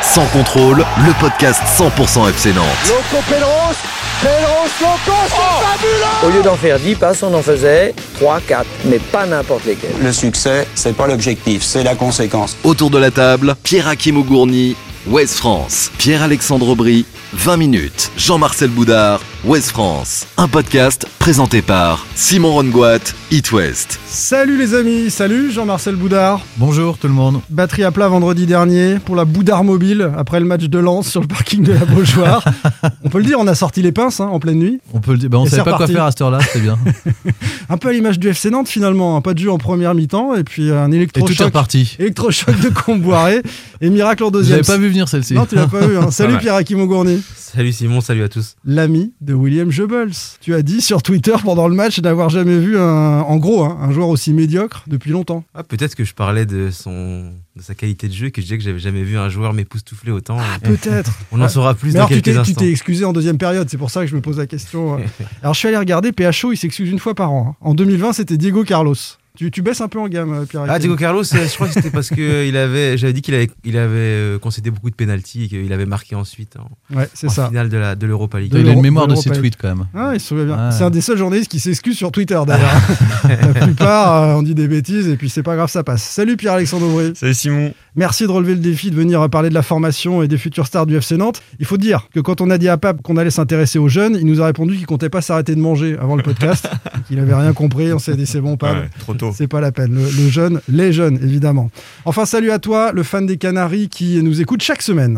Sans contrôle, le podcast 100% FC Nantes. Loco Pedros, Loco, c'est fabuleux! Au lieu d'en faire 10 passes, on en faisait 3, 4, mais pas n'importe lesquels. Le succès, c'est pas l'objectif, c'est la conséquence. Autour de la table, Pierre-Hakim Ougourny, Ouest France. Pierre-Alexandre Aubry, 20 minutes. Jean-Marcel Boudard, Ouest France. Un podcast présenté par Simon Rongoat, It West. Salut les amis, salut Jean-Marcel Boudard. Bonjour tout le monde. Batterie à plat vendredi dernier pour la Boudard Mobile après le match de Lens sur le parking de la Beaujoire. On peut le dire, on a sorti les pinces en pleine nuit. On peut le dire, on savait pas quoi faire à cette heure-là, c'était bien. Un peu à l'image du FC Nantes finalement, pas de jeu en première mi-temps et puis un électrochoc. Et tout est reparti. Électrochoc de Comboiré et miracle en deuxième. J'avais pas vu venir celle-ci. Non, tu l'as pas vu. Hein. Salut Pierre-Hakim Ougourny. Salut Simon, salut à tous. L'ami de William Goebbels. Tu as dit sur Twitter pendant le match n'avoir jamais vu un joueur aussi médiocre depuis longtemps. Ah, peut-être que je parlais de sa qualité de jeu et que je disais que j'avais jamais vu un joueur m'époustoufler autant. Ah, peut-être. On en saura plus mais dans quelques instants. Tu t'es excusé en deuxième période, c'est pour ça que je me pose la question. Alors je suis allé regarder, PHO il s'excuse une fois par an. En 2020 c'était Diego Carlos. Tu baisses un peu en gamme, Pierre-Hakim. Ah, Diego Carlos, je crois que c'était parce que j'avais dit qu'il avait concédé beaucoup de pénaltys et qu'il avait marqué ensuite en finale de l'Europa League. Il a une mémoire de ses tweets quand même. Ah, il se souvient bien. Ah, c'est un des seuls journalistes qui s'excuse sur Twitter d'ailleurs. La plupart, on dit des bêtises et puis c'est pas grave, ça passe. Salut Pierre-Alexandre Aubry. Salut Simon. Merci de relever le défi de venir parler de la formation et des futures stars du FC Nantes. Il faut dire que quand on a dit à Pape qu'on allait s'intéresser aux jeunes, il nous a répondu qu'il comptait pas s'arrêter de manger avant le podcast, qu'il avait rien compris. On s'est dit c'est bon Pape, trop tôt. C'est pas la peine. Le jeune, les jeunes évidemment. Enfin salut à toi, le fan des Canaries qui nous écoute chaque semaine.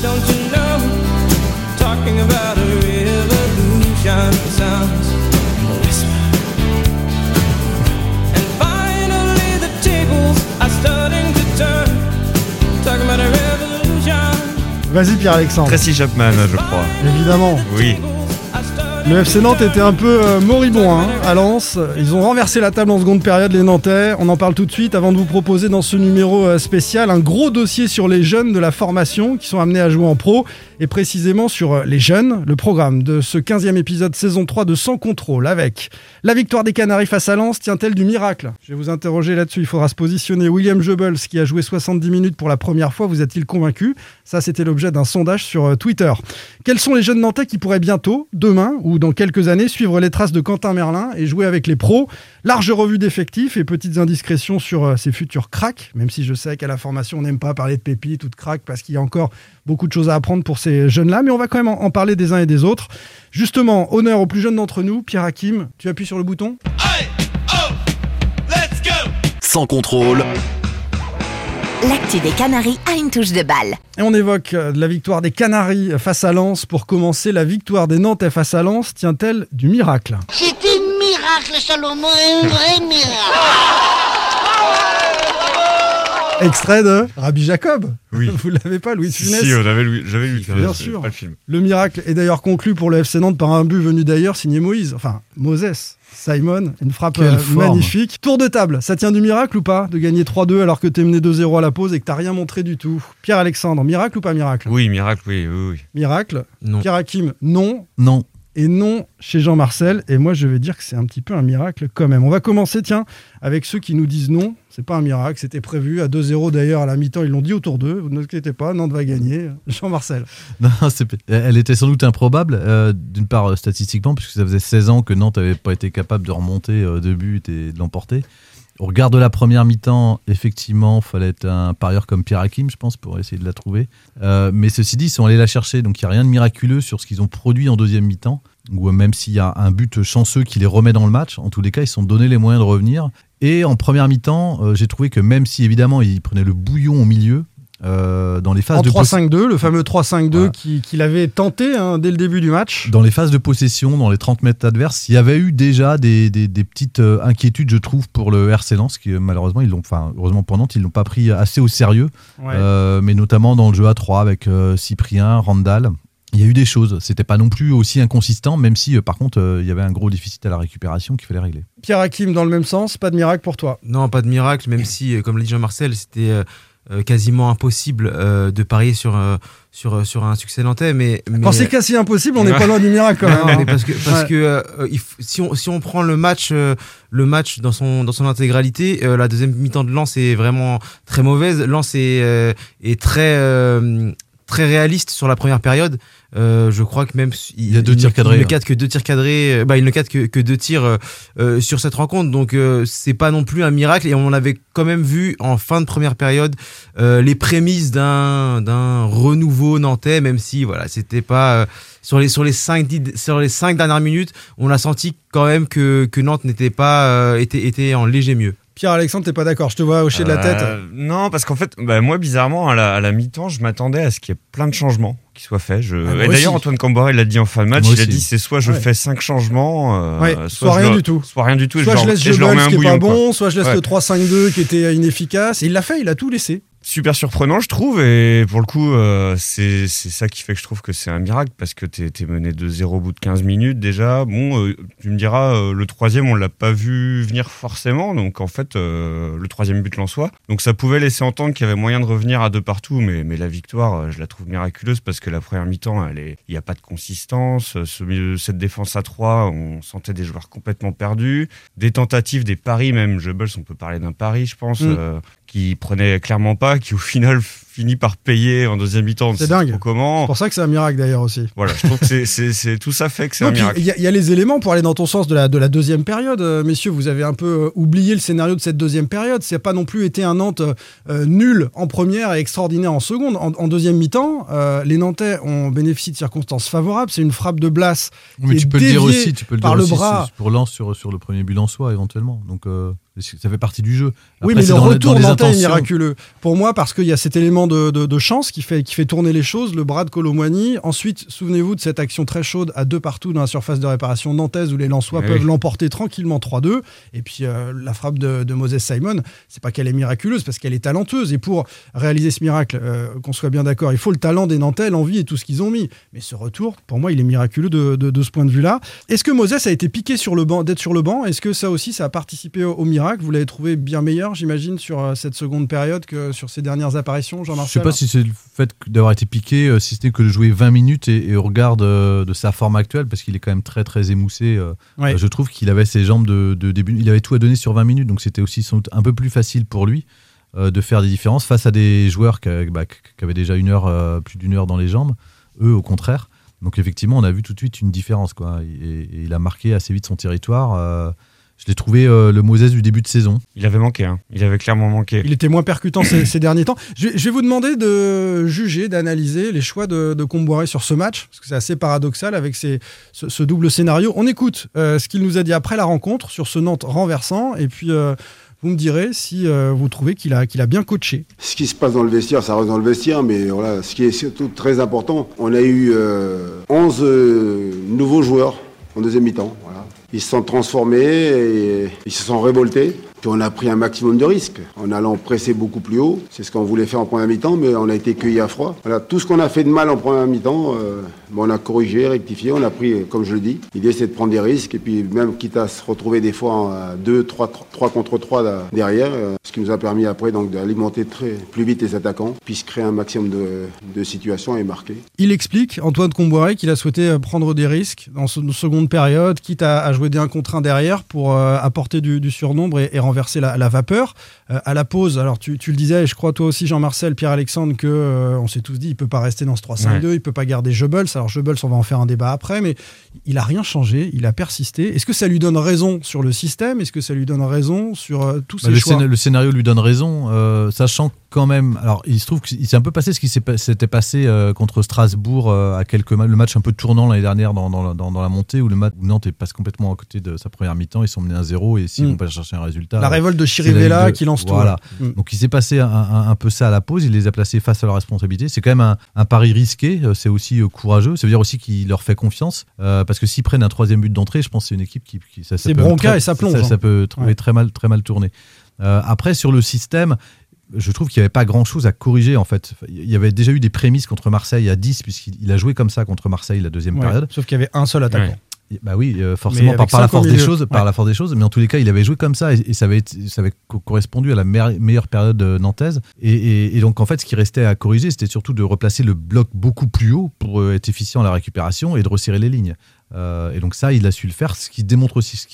Vas-y Pierre-Alexandre. Tracy Chapman, je crois. Évidemment. Oui. Le FC Nantes était un peu moribond à Lens. Ils ont renversé la table en seconde période, les Nantais. On en parle tout de suite avant de vous proposer dans ce numéro spécial un gros dossier sur les jeunes de la formation qui sont amenés à jouer en pro et précisément sur les jeunes, le programme de ce 15e épisode saison 3 de Sans contrôle avec la victoire des Canaries face à Lens tient-elle du miracle ? Je vais vous interroger là-dessus, il faudra se positionner. William Goebbels qui a joué 70 minutes pour la première fois, vous êtes-il convaincu ? Ça c'était l'objet d'un sondage sur Twitter. Quels sont les jeunes Nantais qui pourraient bientôt, demain ou dans quelques années, suivre les traces de Quentin Merlin et jouer avec les pros ? Large revue d'effectifs et petites indiscrétions sur ces futurs cracks, même si je sais qu'à la formation on n'aime pas parler de pépites ou de cracks parce qu'il y a encore beaucoup de choses à apprendre pour ces jeunes-là, mais on va quand même en parler des uns et des autres. Justement, honneur aux plus jeunes d'entre nous. Pierre-Hakim, tu appuies sur le bouton. Allez, oh, let's go. Sans contrôle. L'actu des Canaries a une touche de balle. Et on évoque la victoire des Canaries face à Lens. Pour commencer, la victoire des Nantais face à Lens tient-elle du miracle ? C'est un miracle, Salomon, un vrai miracle. Extrait de Rabbi Jacob. Oui. Vous l'avez pas, Louis de Funès ? Si, j'avais lu. Bien sûr. Pas le film. Le miracle est d'ailleurs conclu pour le FC Nantes par un but venu d'ailleurs signé Moïse. Enfin, Moses. Simon, une frappe magnifique. Tour de table, ça tient du miracle ou pas de gagner 3-2 alors que t'es mené 2-0 à la pause et que t'as rien montré du tout ? Pierre-Alexandre, miracle ou pas miracle ? Oui, miracle, oui. Miracle ? Non. Pierre-Hakim, non. Non. Et non chez Jean-Marcel. Et moi, je vais dire que c'est un petit peu un miracle quand même. On va commencer, avec ceux qui nous disent non. C'est pas un miracle, c'était prévu à 2-0 d'ailleurs à la mi-temps. Ils l'ont dit autour d'eux. Vous ne vous inquiétez pas, Nantes va gagner. Jean-Marcel. Non, elle était sans doute improbable. D'une part, statistiquement, puisque ça faisait 16 ans que Nantes n'avait pas été capable de remonter 2 buts et de l'emporter. Au regard de la première mi-temps, effectivement, il fallait être un parieur comme Pierre-Hakim, je pense, pour essayer de la trouver. Mais ceci dit, ils sont allés la chercher. Donc, il n'y a rien de miraculeux sur ce qu'ils ont produit en deuxième mi-temps. Ou même s'il y a un but chanceux qui les remet dans le match, en tous les cas, ils se sont donné les moyens de revenir. Et en première mi-temps, j'ai trouvé que même si, évidemment, ils prenaient le bouillon au milieu, dans les phases en de 3-5-2, le fameux 3-5-2 voilà. qu'il avait tenté dès le début du match. Dans les phases de possession, dans les 30 mètres adverses, il y avait eu déjà des petites inquiétudes, je trouve, pour le RC Lens, qui malheureusement, heureusement pour Nantes, ils ne l'ont pas pris assez au sérieux, mais notamment dans le jeu à 3 avec Cyprien, Randall. Il y a eu des choses, c'était pas non plus aussi inconsistant, même si par contre il y avait un gros déficit à la récupération qu'il fallait régler. Pierre-Hakim, dans le même sens, pas de miracle pour toi ? Non, pas de miracle, même si, comme l'a dit Jean-Marcel, c'était quasiment impossible de parier sur un succès nantais. Mais quand c'est quasi impossible, on n'est pas loin du miracle quand même. Non, mais parce que si on prend le match dans son intégralité, la deuxième mi-temps de Lens est vraiment très mauvaise. Lens est très très réaliste sur la première période. Je crois que même il y a 2 tirs cadrés. Il ne cadre que 2 tirs cadrés. Il ne cadre que 2 tirs sur cette rencontre. Donc c'est pas non plus un miracle. Et on avait quand même vu en fin de première période les prémices d'un renouveau nantais, même si voilà, c'était pas sur les 5 dernières minutes, on a senti quand même que Nantes n'était pas était en léger mieux. Pierre-Alexandre, t'es pas d'accord? Je te vois hocher de la tête. Non, parce qu'en fait, moi, bizarrement, à la mi-temps, je m'attendais à ce qu'il y ait plein de changements qui soient faits. Et d'ailleurs, Antoine Camboré l'a dit en fin de match. Il a dit c'est soit je fais 5 changements, soit rien du tout. Soit rien du tout. Soit je laisse Jebels qui est pas bon, soit je laisse le 3-5-2 qui était inefficace. Et il l'a fait, il a tout laissé. Super surprenant, je trouve, et pour le coup, c'est ça qui fait que je trouve que c'est un miracle, parce que t'es mené 2-0 au bout de 15 minutes déjà. Bon, tu me diras, le troisième, on l'a pas vu venir forcément, donc en fait, le troisième but lensois. Donc ça pouvait laisser entendre qu'il y avait moyen de revenir à 2 partout, mais la victoire, je la trouve miraculeuse, parce que la première mi-temps, il n'y a pas de consistance. Cette défense à 3, on sentait des joueurs complètement perdus. Des tentatives, des paris même. Jebels, on peut parler d'un pari, je pense. Qui prenait clairement pas, qui au final finit par payer en deuxième mi-temps. C'est dingue. Comment. C'est pour ça que c'est un miracle d'ailleurs aussi. Voilà, je trouve que c'est tout ça fait que c'est un miracle. Il y a les éléments pour aller dans ton sens de la deuxième période. Messieurs, vous avez un peu oublié le scénario de cette deuxième période. Ça n'a pas non plus été un Nantes nul en première et extraordinaire en seconde. En deuxième mi-temps, les Nantais ont bénéficié de circonstances favorables. C'est une frappe de Blas qui est déviée par le bras. Pour Lens sur le premier but lensois éventuellement. Donc ça fait partie du jeu. Après, oui, mais le retour nantais est miraculeux. Pour moi, parce qu'il y a cet élément de chance qui fait tourner les choses, le bras de Colomboigny. Ensuite, souvenez-vous de cette action très chaude à 2 partout dans la surface de réparation nantaise où les Lensois peuvent l'emporter tranquillement 3-2. Et puis la frappe de Moses Simon, c'est pas qu'elle est miraculeuse, parce qu'elle est talenteuse. Et pour réaliser ce miracle, qu'on soit bien d'accord, il faut le talent des Nantais, l'envie et tout ce qu'ils ont mis. Mais ce retour, pour moi, il est miraculeux de ce point de vue-là. Est-ce que Moses a été piqué d'être sur le banc? Est-ce que ça aussi, ça a participé au miracle? Vous l'avez trouvé bien meilleur, j'imagine, sur cette seconde période que sur ses dernières apparitions, Jean-Marcel? Je sais pas si c'est le fait d'avoir été piqué, si c'était que de jouer 20 minutes et au regard de sa forme actuelle, parce qu'il est quand même très très émoussé. Je trouve qu'il avait ses jambes de début, il avait tout à donner sur 20 minutes, donc c'était aussi sans doute un peu plus facile pour lui de faire des différences face à des joueurs qui avaient déjà plus d'une heure dans les jambes. Eux, au contraire. Donc effectivement, on a vu tout de suite une différence, quoi. Et il a marqué assez vite son territoire. Je l'ai trouvé le Moses du début de saison. Il avait manqué, hein. Il avait clairement manqué. Il était moins percutant ces derniers temps. Je vais vous demander de juger, d'analyser les choix de Comboiré sur ce match, parce que c'est assez paradoxal avec ce double scénario. On écoute ce qu'il nous a dit après la rencontre sur ce Nantes renversant, et puis vous me direz si vous trouvez qu'il a bien coaché. Ce qui se passe dans le vestiaire, ça reste dans le vestiaire, mais voilà, ce qui est surtout très important, on a eu 11 nouveaux joueurs en deuxième mi-temps. Voilà. Ils se sont transformés et ils se sont révoltés. Puis on a pris un maximum de risques en allant presser beaucoup plus haut. C'est ce qu'on voulait faire en première mi-temps, mais on a été cueillis à froid. Voilà, tout ce qu'on a fait de mal en première mi-temps, on a corrigé, rectifié. On a pris, comme je le dis, l'idée c'est de prendre des risques. Et puis même quitte à se retrouver des fois à 3 contre 3 derrière, ce qui nous a permis après donc, d'alimenter plus vite les attaquants, puis se créer un maximum de situations et marquer. Il explique, Antoine Comboiré, qu'il a souhaité prendre des risques dans une seconde période, quitte à jouer des 1 contre 1 derrière pour apporter du surnombre et renverser la vapeur. À la pause, alors tu le disais, et je crois toi aussi Jean-Marcel, Pierre-Alexandre, qu'on s'est tous dit, il peut pas rester dans ce 3-5-2, il peut pas garder Jebels. Alors Jebels, on va en faire un débat après, mais il a rien changé, il a persisté. Est-ce que ça lui donne raison sur le système? Est-ce que ça lui donne raison sur tous ses choix? Le scénario lui donne raison, sachant quand même, alors il se trouve qu'il s'est un peu passé ce qui s'était passé contre Strasbourg à le match un peu tournant l'année dernière dans la montée, où Nantes passe complètement à côté de sa première mi-temps, ils sont menés 1-0 et s'ils vont pas chercher un résultat, la révolte de Chirivella qui lance tout. Voilà. Donc il s'est passé un peu ça à la pause, il les a placés face à leur responsabilité. C'est quand même un pari risqué, c'est aussi courageux, ça veut dire aussi qu'il leur fait confiance, parce que s'ils prennent un 3e but d'entrée, je pense que c'est une équipe qui ça c'est bronca et ça plonge. Ça peut trouver très mal tourner. Après sur le système, je trouve qu'il n'y avait pas grand-chose à corriger en fait. Il y avait déjà eu des prémices contre Marseille à 10, puisqu'il a joué comme ça contre Marseille la deuxième période. Sauf qu'il y avait un seul attaquant. Bah oui, forcément par la force des choses, mais en tous les cas, il avait joué comme ça et ça avait correspondu à la meilleure période nantaise. Et donc en fait, ce qui restait à corriger, c'était surtout de replacer le bloc beaucoup plus haut pour être efficient à la récupération et de resserrer les lignes. Et donc ça, il a su le faire, ce qui démontre aussi, ce qui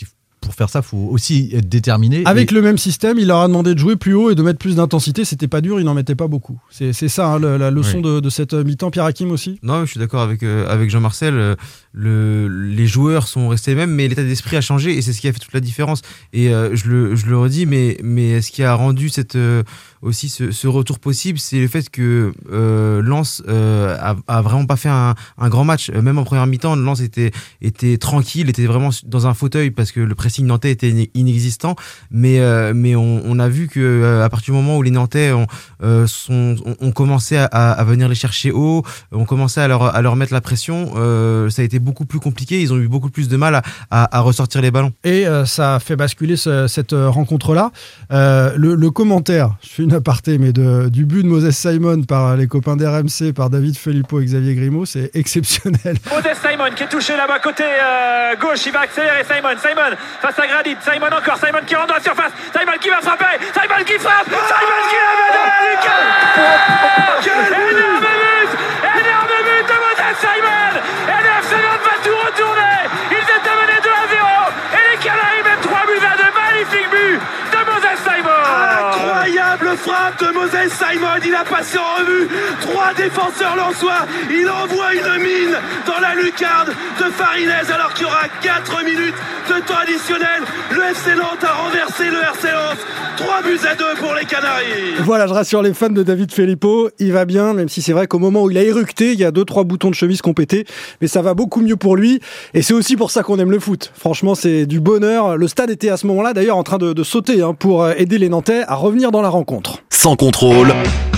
pour faire ça, il faut aussi être déterminé. Avec le même système, il leur a demandé de jouer plus haut et de mettre plus d'intensité. C'était pas dur, ils n'en mettaient pas beaucoup. C'est ça hein, la leçon de cette mi-temps. Pierre-Hakim aussi. Non, je suis d'accord avec Jean-Marcel. Les joueurs sont restés les mêmes, mais l'état d'esprit a changé et c'est ce qui a fait toute la différence. Et je le redis, mais ce qui a rendu aussi ce retour possible, c'est le fait que Lens a vraiment pas fait un grand match. Même en première mi-temps, Lens était tranquille, était vraiment dans un fauteuil parce que le pressing nantais était inexistant. Mais on a vu que à partir du moment où les Nantais ont commencé à venir les chercher haut, ont commencé à leur mettre la pression, ça a été beaucoup plus compliqué. Ils ont eu beaucoup plus de mal à ressortir les ballons. Et ça a fait basculer cette rencontre-là. Le commentaire, je fais une aparté, mais du but de Moses Simon par les copains d'RMC, par David Filippo et Xavier Grimaud, c'est exceptionnel. Moses Simon qui est touché là-bas côté gauche, il va accélérer Simon face à Gradit, Simon encore, Simon qui rentre dans la surface, Simon qui va frapper, Simon qui frappe, Simon qui la met dans la lucarne. Énorme but de Moses Simon, et le FC Nantes va tout retourner. Ils étaient menés 2-0 et les Canaries mettent 3-2, magnifique but de Moses Simon. Incroyable frappe de Moses Simon, il a passé en revue 3 défenseurs lensois, il envoie une mine dans la lucarne de Farinez alors qu'il y aura 4 minutes de temps additionnel. Le FC Nantes a renversé le RC Lens, 3-2 pour les Canaries. Voilà, je rassure les fans de David Filippo, il va bien, même si c'est vrai qu'au moment où il a éructé, il y a 2-3 boutons de chemise qui ont pété, mais ça va beaucoup mieux pour lui, et c'est aussi pour ça qu'on aime le foot. Franchement, c'est du bonheur. Le stade était à ce moment-là d'ailleurs en train de sauter pour aider les Nantais à revenir dans la rencontre. Sans contrôle.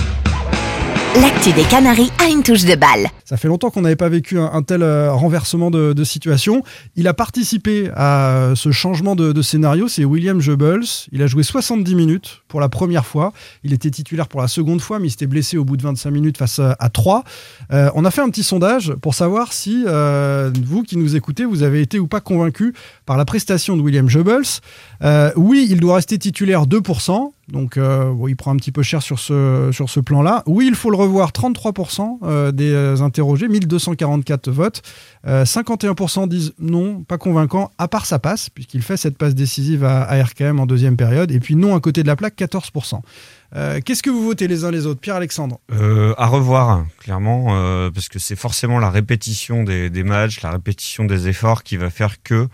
L'actu des Canaries a une touche de balle. Ça fait longtemps qu'on n'avait pas vécu un tel renversement de situation. Il a participé à ce changement de scénario, c'est William Goebbels. Il a joué 70 minutes pour la première fois. Il était titulaire pour la seconde fois, mais il s'était blessé au bout de 25 minutes face à 3. On a fait un petit sondage pour savoir si vous qui nous écoutez, vous avez été ou pas convaincu par la prestation de William Goebbels. Oui, il doit rester titulaire 2%. Donc il prend un petit peu cher sur ce plan-là. Oui, il faut le revoir, 33% des interrogés, 1244 votes. 51% disent non, pas convaincant, à part sa passe, puisqu'il fait cette passe décisive à RKM en deuxième période. Et puis non, à côté de la plaque, 14%. Qu'est-ce que vous votez les uns les autres, Pierre-Alexandre ? À revoir, clairement, parce que c'est forcément la répétition des matchs, la répétition des efforts qui va faire que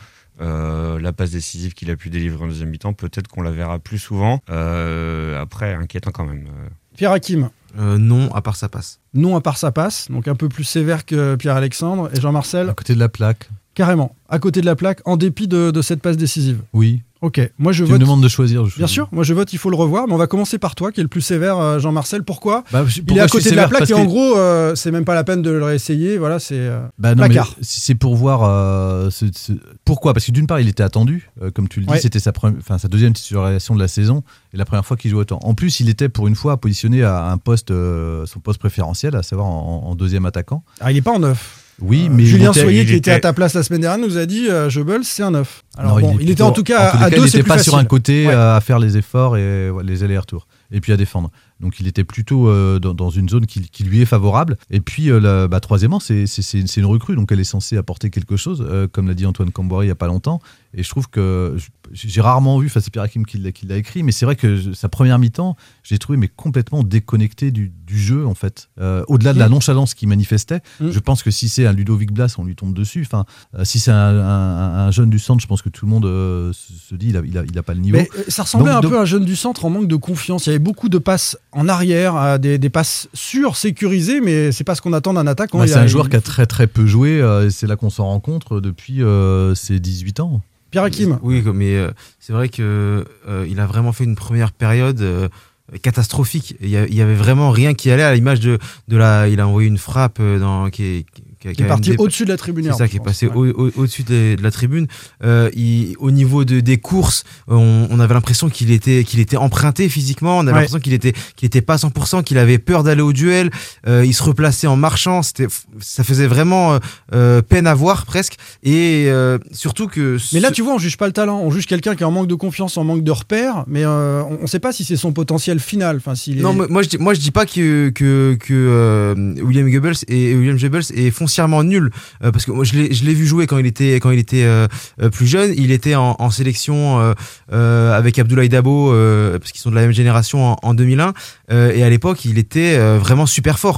la passe décisive qu'il a pu délivrer en deuxième mi-temps, peut-être qu'on la verra plus souvent. Après, inquiétant quand même. Pierre-Hakim ? Non, à part sa passe. Non, à part sa passe, donc un peu plus sévère que Pierre-Alexandre. Et Jean-Marcel ? À côté de la plaque. Carrément, à côté de la plaque, en dépit de cette passe décisive. Oui. Ok, moi je tu vote. me demandes de choisir. Bien sûr, moi je vote, il faut le revoir, mais on va commencer par toi, qui est le plus sévère, Jean-Marcel. Pourquoi ? Il est à côté de la plaque et en gros, c'est même pas la peine de le réessayer. Voilà, c'est placard. C'est pour voir pourquoi. Parce que d'une part, il était attendu, comme tu le dis, c'était sa deuxième titularisation de la saison et la première fois qu'il joue autant. En plus, il était pour une fois positionné à un poste, son poste préférentiel, à savoir en deuxième attaquant. Ah, il est pas en 9. Oui, mais Julien Soyer, qui était à ta place la semaine dernière, nous a dit Goebbels, c'est un 9. Alors non, il était en tout cas à 2, c'est plus facile. Il n'était pas sur un côté à faire les efforts et les allers-retours, et puis à défendre. Donc il était plutôt dans une zone qui lui est favorable. Et puis troisièmement, c'est une recrue, donc elle est censée apporter quelque chose, comme l'a dit Antoine Camboire il n'y a pas longtemps. Et je trouve que j'ai rarement vu, c'est Pierre-Hakim qui l'a écrit, mais c'est vrai que sa première mi-temps, je l'ai trouvé complètement déconnecté du jeu en fait. Au-delà de la nonchalance qu'il manifestait, je pense que si c'est un Ludovic Blas, on lui tombe dessus. Enfin, si c'est un jeune du centre, je pense que tout le monde se dit il a pas le niveau. Mais ça ressemblait un peu à un jeune du centre en manque de confiance. Il y avait beaucoup de passes en arrière, des passes sûres, sécurisées, mais c'est pas ce qu'on attend d'un attaquant. C'est un joueur qui a très très peu joué, et c'est là qu'on s'en rend compte depuis ses 18 ans. Pierre-Hakim. Oui, mais c'est vrai que il a vraiment fait une première période catastrophique. Il y avait vraiment rien qui allait, à l'image de la. Il a envoyé une frappe qui est parti au-dessus de la tribune. C'est ça, qui est passé au-dessus de la tribune. Au niveau des courses, on avait l'impression qu'il était emprunté physiquement. On avait l'impression qu'il était pas 100%, qu'il avait peur d'aller au duel. Il se replaçait en marchant. Ça faisait vraiment peine à voir presque. Et surtout que. Mais là, tu vois, on juge pas le talent. On juge quelqu'un qui est en manque de confiance, en manque de repères. Mais on sait pas si c'est son potentiel final. Enfin, Non, moi je dis pas que William Goebbels est foncier foncièrement nul parce que moi je l'ai vu jouer quand il était plus jeune. Il était en sélection avec Abdoulaye Dabo parce qu'ils sont de la même génération en 2001 et à l'époque il était vraiment super fort.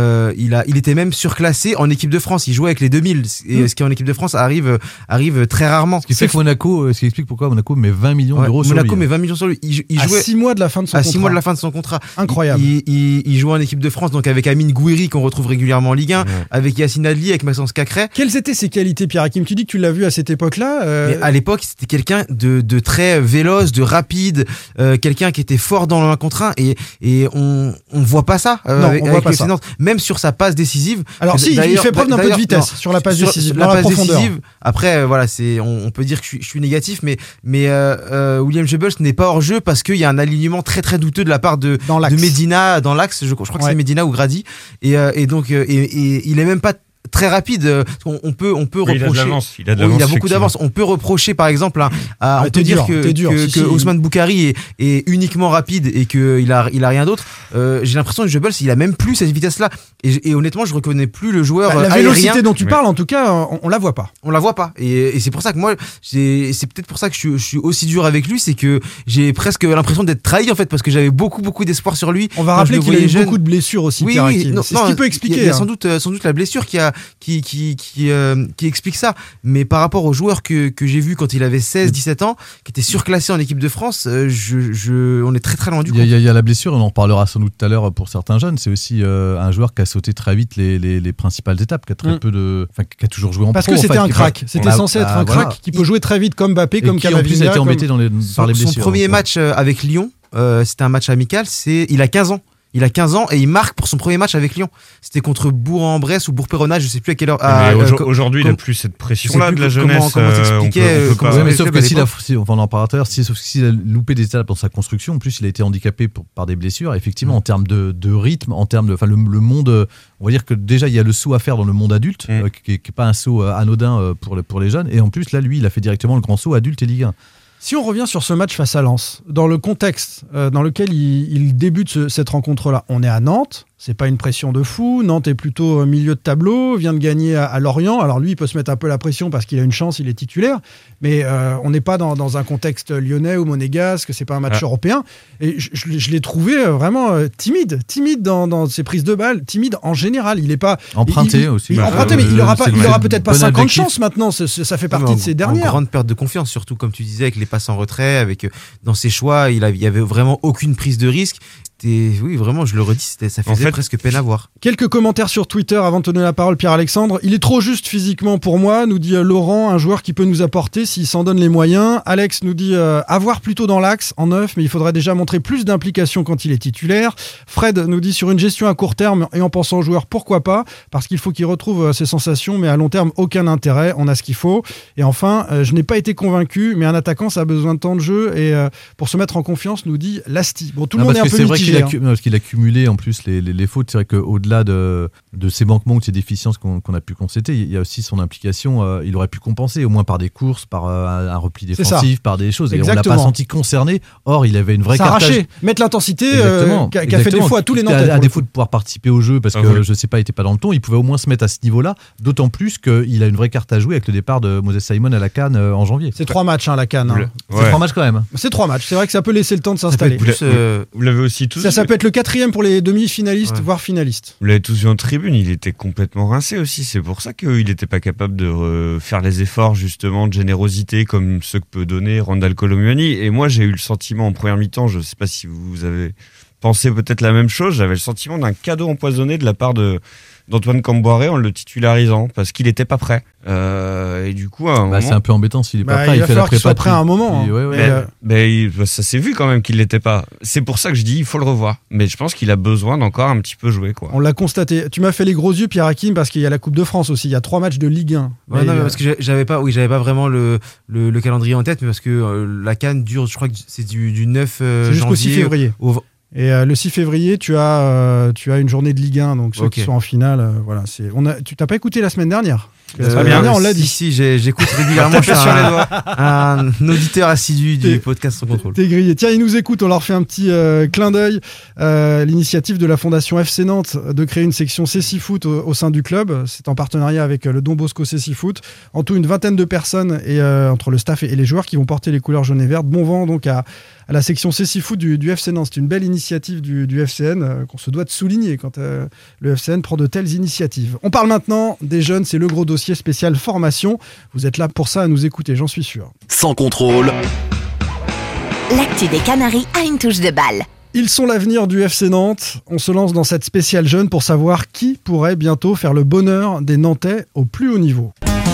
Il était même surclassé en équipe de France. Il jouait avec les 2000 et ce qui en équipe de France arrive très rarement. Ce qui explique pourquoi Monaco met 20 millions d'euros sur lui. Monaco met 20 millions sur lui. Il jouait 6 mois de la fin de son contrat. 6 mois de la fin de son contrat. Incroyable. Il jouait en équipe de France donc avec Amine Gouiri qu'on retrouve régulièrement en Ligue 1, avec Yacine Adli, avec Maxence Cacré. Quelles étaient ses qualités, Pierre-Hakim? Tu dis que tu l'as vu à cette époque-là. Mais à l'époque, c'était quelqu'un de très véloce, de rapide, quelqu'un qui était fort dans le 1 contre 1 et on voit pas ça avec le FC Nantes. Même sur sa passe décisive. Alors si, il fait preuve d'un peu de vitesse sur la passe décisive, dans la profondeur. Décisive, après, voilà, on peut dire que je suis négatif, mais William Jebels n'est pas hors jeu parce qu'il y a un alignement très très douteux de la part de Medina dans l'axe. Je crois que c'est Medina ou Grady et donc il est même pas très rapide. On peut reprocher. Il a beaucoup d'avance. On peut reprocher, par exemple, on peut dire que Ousmane Boukari est uniquement rapide et qu'il a rien d'autre. J'ai l'impression que Jebels, il a même plus cette vitesse-là. Et honnêtement, je reconnais plus le joueur. La vélocité dont tu parles, en tout cas, on la voit pas. On la voit pas. Et c'est pour ça que moi, c'est peut-être pour ça que je suis aussi dur avec lui, c'est que j'ai presque l'impression d'être trahi en fait, parce que j'avais beaucoup d'espoir sur lui. On va rappeler qu'il a eu beaucoup de blessures aussi. Oui, c'est ce qui peut expliquer. Il y a sans doute la blessure qui explique ça. Mais par rapport aux joueurs que j'ai vus quand il avait 16-17 ans, qui étaient surclassés en équipe de France, on est très très loin du compte. Il y a la blessure, on en parlera sans doute tout à l'heure pour certains jeunes. C'est aussi un joueur qui a sauté très vite les principales étapes, qui a très peu qui a toujours joué en parce pro. Parce que c'était un crack. C'était censé être un crack qui peut jouer très vite comme Mbappé, comme Camavinga. Qui en plus a été embêté par les blessures. Son premier match avec Lyon, c'était un match amical. Il a 15 ans. Il a 15 ans et il marque pour son premier match avec Lyon. C'était contre Bourg-en-Bresse ou Bourg-Péronage, je sais plus à quelle heure. Aujourd'hui, il n'a plus cette pression-là de la jeunesse. Comment t'expliquer mais sauf que on en parlera tout à l'heure, sauf s'il a loupé des étapes dans sa construction, en plus il a été handicapé par des blessures. Effectivement, en termes de rythme, en termes le monde, on va dire que déjà il y a le saut à faire dans le monde adulte, qui est pas un saut anodin pour les jeunes. Et en plus là, lui, il a fait directement le grand saut adulte et Ligue 1. Si on revient sur ce match face à Lens, dans le contexte dans lequel il débute cette rencontre-là, on est à Nantes, c'est pas une pression de fou, Nantes est plutôt milieu de tableau, vient de gagner à Lorient, alors lui il peut se mettre un peu la pression parce qu'il a une chance, il est titulaire, mais on n'est pas dans un contexte lyonnais ou monégasque, c'est pas un match européen, et je l'ai trouvé vraiment timide dans ses prises de balles, timide en général, il est pas... Emprunté aussi. Emprunté, mais il aura peut-être pas 50 chances maintenant, ça fait partie de ses dernières. En grande perte de confiance, surtout comme tu disais, avec les passes en retrait, dans ses choix, il y avait vraiment aucune prise de risque. Oui, vraiment, je le redis, ça faisait presque peine à voir. Quelques commentaires sur Twitter avant de te donner la parole, Pierre-Alexandre. Il est trop juste physiquement pour moi, nous dit Laurent, un joueur qui peut nous apporter s'il s'en donne les moyens. Alex nous dit avoir plutôt dans l'axe, en neuf, mais il faudrait déjà montrer plus d'implication quand il est titulaire. Fred nous dit sur une gestion à court terme et en pensant aux joueurs, pourquoi pas, parce qu'il faut qu'il retrouve ses sensations, mais à long terme, aucun intérêt, on a ce qu'il faut. Et enfin, je n'ai pas été convaincu, mais un attaquant, ça a besoin de temps de jeu, et pour se mettre en confiance, nous dit Lasti. Bon, tout le monde est un peu mitigé. Parce qu'il a cumulé en plus les fautes. C'est vrai qu'au-delà de ces manquements ou de ces déficiences qu'on a pu constater, il y a aussi son implication. Il aurait pu compenser au moins par des courses, par un repli défensif, par des choses. Exactement. Et on l'a pas senti concerné. Or, il avait une vraie carte. Mettre l'intensité qui a fait défaut à tous les Nantais. À défaut de pouvoir participer au jeu, parce que je sais pas, il était pas dans le ton, il pouvait au moins se mettre à ce niveau-là. D'autant plus qu'il a une vraie carte à jouer avec le départ de Moses Simon à la CAN en janvier. C'est 3 matchs la CAN. C'est 3 matchs quand même. C'est 3 matchs. C'est vrai que ça peut laisser le temps de s'installer. Vous l'avez aussi tous. Ça peut être le 4e pour les demi-finalistes, voire finalistes. Vous l'avez tous vu en tribune, il était complètement rincé aussi. C'est pour ça qu'il n'était pas capable de faire les efforts justement de générosité comme ceux que peut donner Randal Colomouani. Et moi, j'ai eu le sentiment en première mi-temps, je ne sais pas si vous avez pensé peut-être la même chose, j'avais le sentiment d'un cadeau empoisonné de la part d'Antoine Camboiré en le titularisant parce qu'il n'était pas prêt. Et du coup, à un moment, c'est un peu embêtant s'il n'est pas prêt. Il va falloir qu'il soit prêt à un moment. Ça s'est vu quand même qu'il l'était pas. C'est pour ça que je dis il faut le revoir. Mais je pense qu'il a besoin d'encore un petit peu jouer, quoi. On l'a constaté. Tu m'as fait les gros yeux, Pierre-Hakim, parce qu'il y a la Coupe de France aussi. Il y a 3 matchs de Ligue 1. Parce que j'avais pas vraiment le calendrier en tête, mais parce que la CAN dure, je crois que c'est du 9 janvier jusqu'au 6 février. Et le 6 février, tu as une journée de Ligue 1, donc ceux qui sont en finale, voilà. Tu t'as pas écouté la semaine dernière? La semaine dernière, on l'a dit. Si, j'écoute régulièrement. Je suis un auditeur assidu du podcast Sans Contrôle. T'es grillé. Tiens, ils nous écoutent. On leur fait un petit clin d'œil. L'initiative de la Fondation FC Nantes de créer une section CC Foot au sein du club. C'est en partenariat avec le Don Bosco CC Foot. En tout, une vingtaine de personnes et entre le staff et les joueurs qui vont porter les couleurs jaune et verte. Bon vent donc à la section CC Foot du FC Nantes. C'est une belle initiative du FCN qu'on se doit de souligner quand le FCN prend de telles initiatives. On parle maintenant des jeunes. C'est le gros dossier spécial formation. Vous êtes là pour ça à nous écouter, j'en suis sûr. Sans contrôle. L'actu des Canaries a une touche de balle. Ils sont l'avenir du FC Nantes. On se lance dans cette spéciale jeune pour savoir qui pourrait bientôt faire le bonheur des Nantais au plus haut niveau.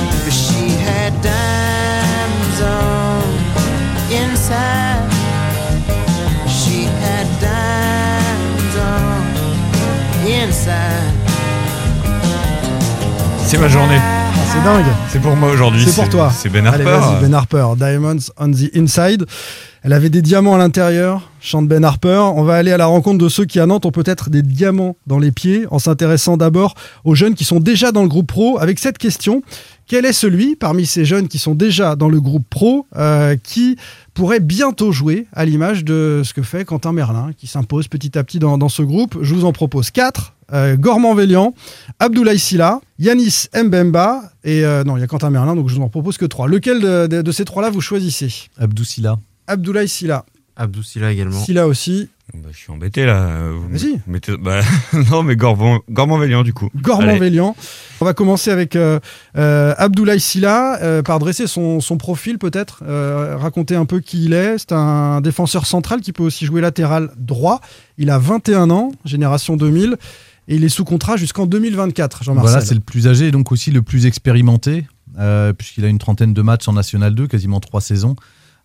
C'est ma journée. C'est dingue. C'est pour moi aujourd'hui. C'est pour toi. C'est Ben Harper. Allez, vas-y, Ben Harper. Diamonds on the Inside. Elle avait des diamants à l'intérieur. Chante Ben Harper. On va aller à la rencontre de ceux qui à Nantes ont peut-être des diamants dans les pieds, en s'intéressant d'abord aux jeunes qui sont déjà dans le groupe pro avec cette question. Quel est celui parmi ces jeunes qui sont déjà dans le groupe pro qui pourrait bientôt jouer à l'image de ce que fait Quentin Merlin, qui s'impose petit à petit dans ce groupe? Je vous en propose 4. Gormand-Vélian, Abdoulaye Sylla, Yanis Mbemba et non, il y a Quentin Merlin, donc je vous en propose que 3. Lequel de ces 3-là vous choisissez? Abdoulaye Sylla. Abdou Sylla également. Sylla aussi. Bah, je suis embêté là. Vas-y. Non, mais Gormand-Vélian du coup. Gormand-Vélian. On va commencer avec Abdoulaye Sylla, par dresser son profil peut-être, raconter un peu qui il est. C'est un défenseur central qui peut aussi jouer latéral droit. Il a 21 ans, génération 2000, et il est sous contrat jusqu'en 2024, Jean-Marcel. Voilà, c'est le plus âgé et donc aussi le plus expérimenté, puisqu'il a une trentaine de matchs en National 2, quasiment 3 saisons.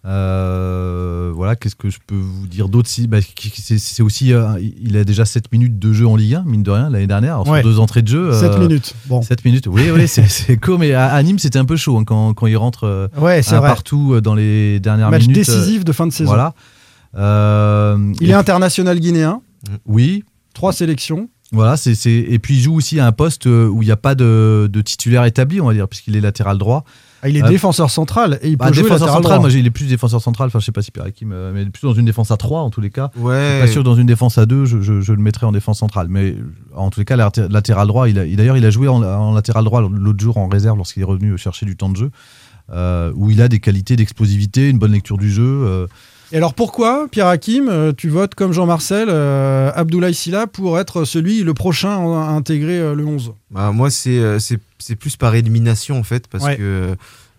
Voilà, qu'est-ce que je peux vous dire d'autre? C'est aussi, il a déjà 7 minutes de jeu en Ligue 1, mine de rien, l'année dernière, alors, sur 2 entrées de jeu. 7 minutes. Bon. 7 minutes, oui, c'est court, mais à Nîmes, c'était un peu chaud quand il rentre partout dans les dernières match minutes. Match décisif de fin de saison. Voilà. Il est international guinéen. Oui. 3 sélections. Voilà, et puis il joue aussi à un poste où il n'y a pas de titulaire établi, on va dire, puisqu'il est latéral droit. Ah, il est défenseur central et il peut jouer latéral central, droit. Moi, il est plus défenseur central. Enfin, je sais pas si Pierre Hakim, mais il est plus dans une défense à 3 en tous les cas. Ouais. Je suis pas sûr que dans une défense à 2, je le mettrais en défense centrale. Mais en tous les cas, latéral droit, d'ailleurs, il a joué en latéral droit l'autre jour en réserve lorsqu'il est revenu chercher du temps de jeu, où il a des qualités d'explosivité, une bonne lecture du jeu. Et alors pourquoi, Pierre Hakim, tu votes comme Jean-Marcel, Abdoulaye Sylla pour être le prochain à intégrer le 11? Moi, c'est plus par élimination en fait, parce que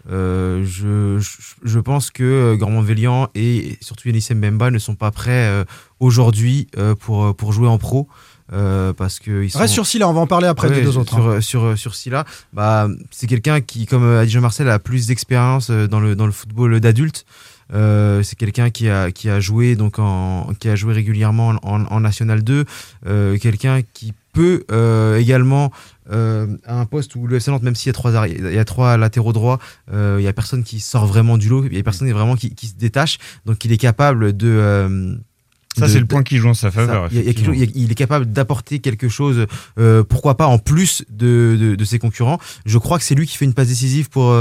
je pense que Gormand-Vélian et surtout Yanis Mbemba ne sont pas prêts aujourd'hui pour jouer en pro. Parce que reste sur Sylla, on va en parler après des deux autres. Sur Sylla, c'est quelqu'un qui, comme a dit Jean-Marcel, a plus d'expérience dans le football d'adulte. C'est quelqu'un qui a joué régulièrement en National 2, quelqu'un qui peut également à un poste où le FC Nantes, même s'il y a 3 latéraux droits, il y a personne qui sort vraiment du lot, il y a personne vraiment qui se détache, donc il est capable de c'est le point qui joue en sa faveur. Il est capable d'apporter quelque chose, pourquoi pas en plus de ses concurrents. Je crois que c'est lui qui fait une passe décisive pour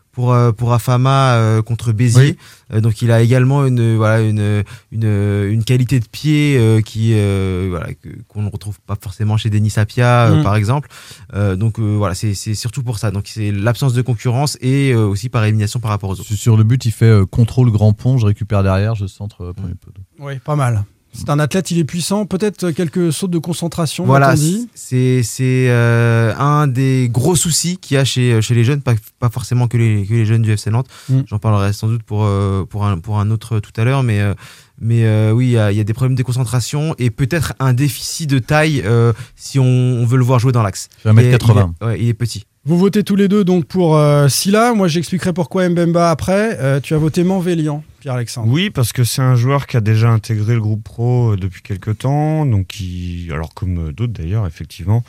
Afama contre Béziers. Oui. Donc il a également une qualité de pied qu'on ne retrouve pas forcément chez Denis Sapia par exemple. C'est surtout pour ça. Donc c'est l'absence de concurrence et aussi par élimination par rapport aux autres. Sur le but, il fait contrôle grand pont, je récupère derrière, je centre premier poteau. Oui, pas mal. C'est un athlète, il est puissant. Peut-être quelques sautes de concentration. Voilà, c'est un des gros soucis qu'il y a chez les jeunes, pas forcément que les jeunes du FC Nantes. J'en parlerai sans doute pour un autre tout à l'heure, mais oui, il y a des problèmes de concentration et peut-être un déficit de taille si on veut le voir jouer dans l'axe. 1m80. Il est petit. Vous votez tous les deux donc pour Sylla. Moi, j'expliquerai pourquoi Mbemba après. Tu as voté Manvélian. Pierre-Alexandre. Oui, parce que c'est un joueur qui a déjà intégré le groupe pro depuis quelques temps, donc alors comme d'autres d'ailleurs, effectivement,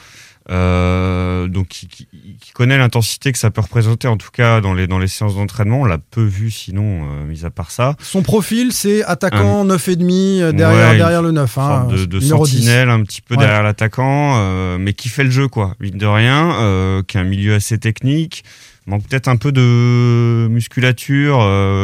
donc qui connaît l'intensité que ça peut représenter, en tout cas dans les séances d'entraînement. On l'a peu vu sinon, mis à part ça. Son profil, c'est attaquant 9,5 derrière le 9. De sentinelle 10. Un petit peu derrière l'attaquant, mais qui fait le jeu, quoi, mine de rien, qui a un milieu assez technique. Manque peut-être un peu de musculature,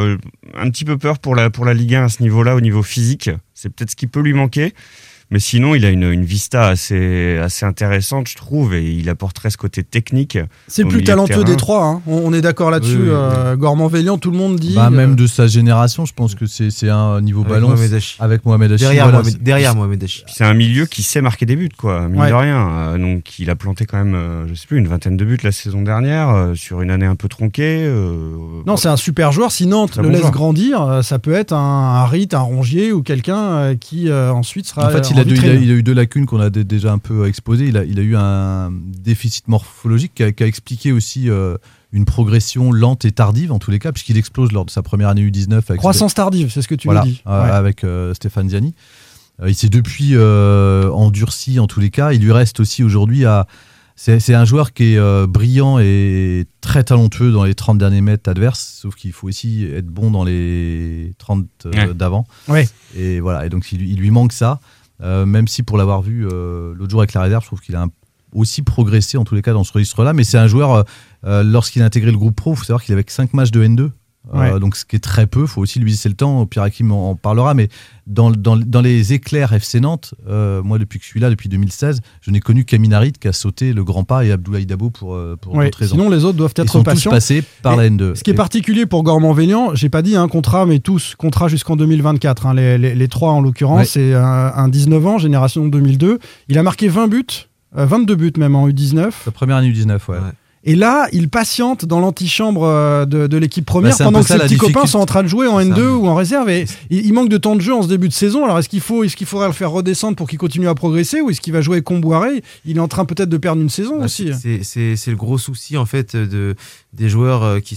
un petit peu peur pour la Ligue 1 à ce niveau-là, au niveau physique. C'est peut-être ce qui peut lui manquer. Mais sinon, il a une vista assez oui. Je trouve, et il apporterait ce côté technique. C'est le plus talentueux des trois, hein. On est d'accord là-dessus. Oui. Gormand-Veillant, tout le monde dit. Même de sa génération, je pense que c'est un niveau balance avec Mohamed Hachi. Derrière Mohamed Hachi. C'est un milieu qui sait marquer des buts, quoi, mine de rien. Donc, il a planté quand même, je sais plus, une vingtaine de buts la saison dernière, sur une année un peu tronquée. Non, c'est un super joueur. Si Nantes le laisse grandir, ça peut être un Harit, un Rongier ou quelqu'un qui ensuite sera. En fait, il a eu deux lacunes qu'on a déjà un peu exposées. Il a eu un déficit morphologique qui a expliqué aussi une progression lente et tardive, en tous les cas, puisqu'il explose lors de sa première année U19. Croissance tardive, c'est ce que tu nous dis. Avec Stéphane Ziani. Il s'est depuis endurci, en tous les cas. Il lui reste aussi aujourd'hui c'est un joueur qui est brillant et très talentueux dans les 30 derniers mètres adverses, sauf qu'il faut aussi être bon dans les 30 d'avant. Ouais. Et voilà, et donc il lui manque ça. Même si pour l'avoir vu l'autre jour avec la réserve, je trouve qu'il a aussi progressé en tous les cas dans ce registre-là, mais c'est un joueur, lorsqu'il a intégré le groupe pro, il faut savoir qu'il avait 5 matchs de N2, donc ce qui est très peu, il faut aussi lui laisser le temps, Pierre Hakim en parlera, mais dans les éclairs FC Nantes, moi depuis que je suis là, depuis 2016, je n'ai connu qu'Aminarit qui a sauté le grand pas et Abdoulaye Dabo pour notre raison. Sinon les autres doivent être patients. Ils sont tous passés par la N2. Ce qui est particulier pour Gormand-Veillant, j'ai pas dit un contrat, mais tous contrats jusqu'en 2024, hein, les trois en l'occurrence, c'est un 19 ans, génération 2002, il a marqué 20 buts, 22 buts même en U19. Sa première année U19, ouais. Et là, il patiente dans l'antichambre de l'équipe première pendant que ses petits copains sont en train de jouer en N2 ou en réserve. Et il manque de temps de jeu en ce début de saison. Alors, est-ce qu'il faudrait le faire redescendre pour qu'il continue à progresser, ou est-ce qu'il va jouer avec Comboiré ? Il est en train peut-être de perdre une saison aussi. C'est le gros souci en fait des joueurs qui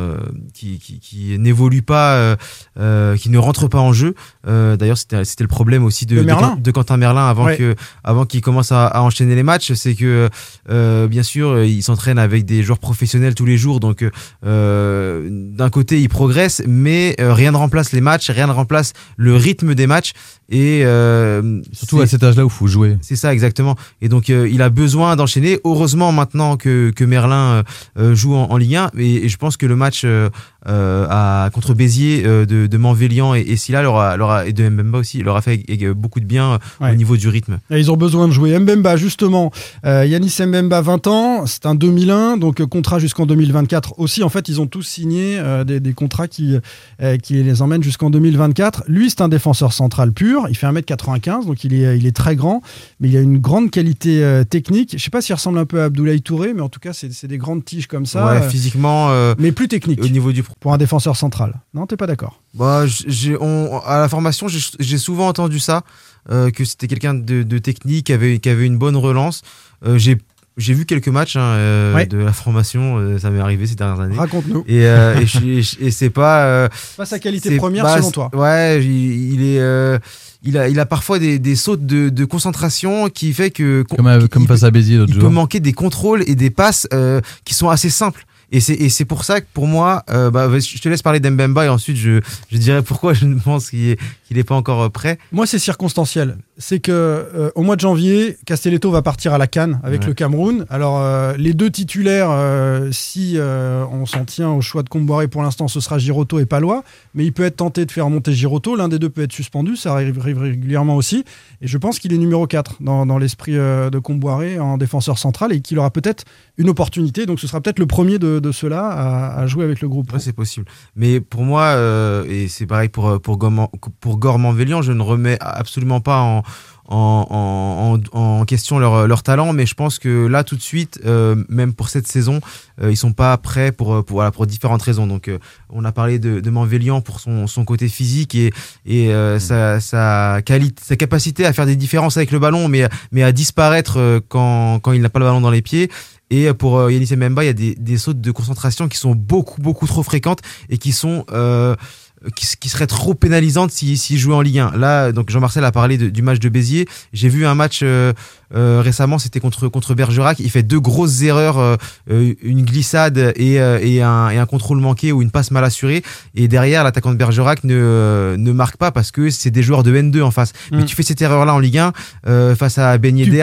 n'évoluent pas, qui ne rentrent pas en jeu. D'ailleurs, c'était le problème aussi de Quentin Merlin avant qu'il commence à enchaîner les matchs. C'est que bien sûr, il s'entraîne avec des joueurs professionnels tous les jours, donc d'un côté il progresse, mais rien ne remplace les matchs, rien ne remplace le rythme des matchs, et surtout à cet âge-là où il faut jouer. C'est ça, exactement. Et donc il a besoin d'enchaîner. Heureusement maintenant que Merlin joue en Ligue 1, et je pense que le match contre Béziers de Manvélian et Silla et de Mbemba aussi leur a fait beaucoup de bien au niveau du rythme. Et ils ont besoin de jouer. Mbemba justement, Yanis Mbemba, 20 ans, c'est un 2001, donc contrat jusqu'en 2024 aussi. En fait, ils ont tous signé des contrats qui les emmènent jusqu'en 2024. Lui, c'est un défenseur central pur, il fait 1m95, donc il est très grand, mais il a une grande qualité technique. Je sais pas s'il ressemble un peu à Abdoulaye Touré, mais en tout cas c'est des grandes tiges comme ça. Ouais, physiquement, mais plus technique au niveau du pour un défenseur central. Non, t'es pas d'accord? À la formation, j'ai souvent entendu ça, que c'était quelqu'un de technique, qui avait une bonne relance. J'ai vu quelques matchs de la formation, ça m'est arrivé ces dernières années. Raconte-nous. Et c'est pas sa qualité première selon toi. Ouais, il a parfois des sautes de concentration qui fait que comme face à Béziers l'autre jour. Il peut manquer des contrôles et des passes qui sont assez simples. Et c'est pour ça que pour moi, je te laisse parler d'Mbemba et ensuite je dirai pourquoi je pense qu'il n'est pas encore prêt. Moi, c'est circonstanciel. C'est que au mois de janvier, Castelletto va partir à la CAN avec le Cameroun. Alors, les deux titulaires, si on s'en tient au choix de Comboiré pour l'instant, ce sera Girotto et Palois. Mais il peut être tenté de faire monter Girotto. L'un des deux peut être suspendu. Ça arrive régulièrement aussi. Et je pense qu'il est numéro 4 dans l'esprit de Comboiré en défenseur central et qu'il aura peut-être une opportunité. Donc, ce sera peut-être le premier de ceux-là à jouer avec le groupe. Ouais, c'est possible. Mais pour moi, et c'est pareil pour Gormand-Veillant, je ne remets absolument pas en question leur talent, mais je pense que là tout de suite, même pour cette saison, ils sont pas prêts pour différentes raisons. Donc on a parlé de Manvélian pour son côté physique et sa capacité à faire des différences avec le ballon, mais à disparaître quand il n'a pas le ballon dans les pieds. Et pour Yanis Mbemba, il y a des sautes de concentration qui sont beaucoup trop fréquentes et qui sont qui serait trop pénalisante s'il jouait en Ligue 1. Là, donc Jean-Marcel a parlé du match de Béziers. J'ai vu un match récemment, c'était contre Bergerac. Il fait 2 grosses erreurs, une glissade et un contrôle manqué ou une passe mal assurée. Et derrière, l'attaquant de Bergerac ne marque pas parce que c'est des joueurs de N2 en face. Mais tu fais cette erreur-là en Ligue 1 face à Ben Yedder,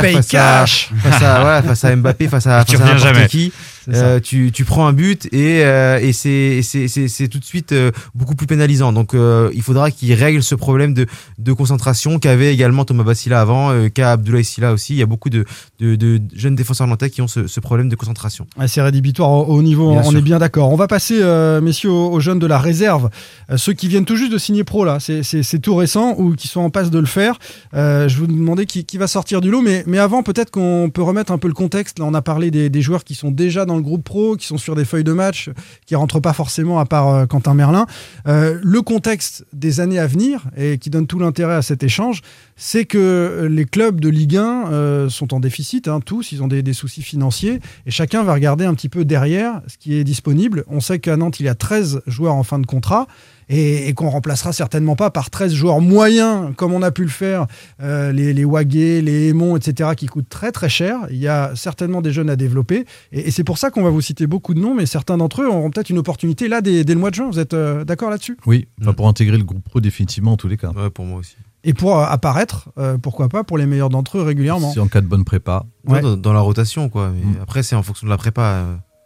face à Mbappé, face à n'importe qui. Tu prends un but et c'est tout de suite beaucoup plus pénalisant. Donc il faudra qu'il règle ce problème de concentration qu'avait également Thomas Bassila avant, qu'a Abdoulaye Sylla aussi. Il y a beaucoup de jeunes défenseurs nantais qui ont ce problème de concentration. C'est rédhibitoire au haut niveau, bien on sûr. Est bien d'accord. On va passer, messieurs, aux jeunes de la réserve, ceux qui viennent tout juste de signer pro là. C'est tout récent ou qui sont en passe de le faire. Je vous demandais qui va sortir du lot, mais avant peut-être qu'on peut remettre un peu le contexte. Là, on a parlé des joueurs qui sont déjà dans le groupe pro, qui sont sur des feuilles de match, qui rentrent pas forcément à part Quentin Merlin. Le contexte des années à venir et qui donne tout l'intérêt à cet échange, c'est que les clubs de Ligue 1 sont en déficit, tous, ils ont des soucis financiers et chacun va regarder un petit peu derrière ce qui est disponible. On sait qu'à Nantes, il y a 13 joueurs en fin de contrat et qu'on remplacera certainement pas par 13 joueurs moyens comme on a pu le faire, les Wagué, les Aymon, etc., qui coûtent très très cher. Il y a certainement des jeunes à développer et c'est pour ça qu'on va vous citer beaucoup de noms, mais certains d'entre eux auront peut-être une opportunité là dès le mois de juin. Vous êtes d'accord là-dessus ? Oui, pour intégrer le groupe pro définitivement en tous les cas. Ouais, pour moi aussi. Et pour apparaître, pourquoi pas, pour les meilleurs d'entre eux régulièrement. C'est en cas de bonne prépa. Ouais. Dans la rotation, quoi. Mais après, c'est en fonction de la prépa.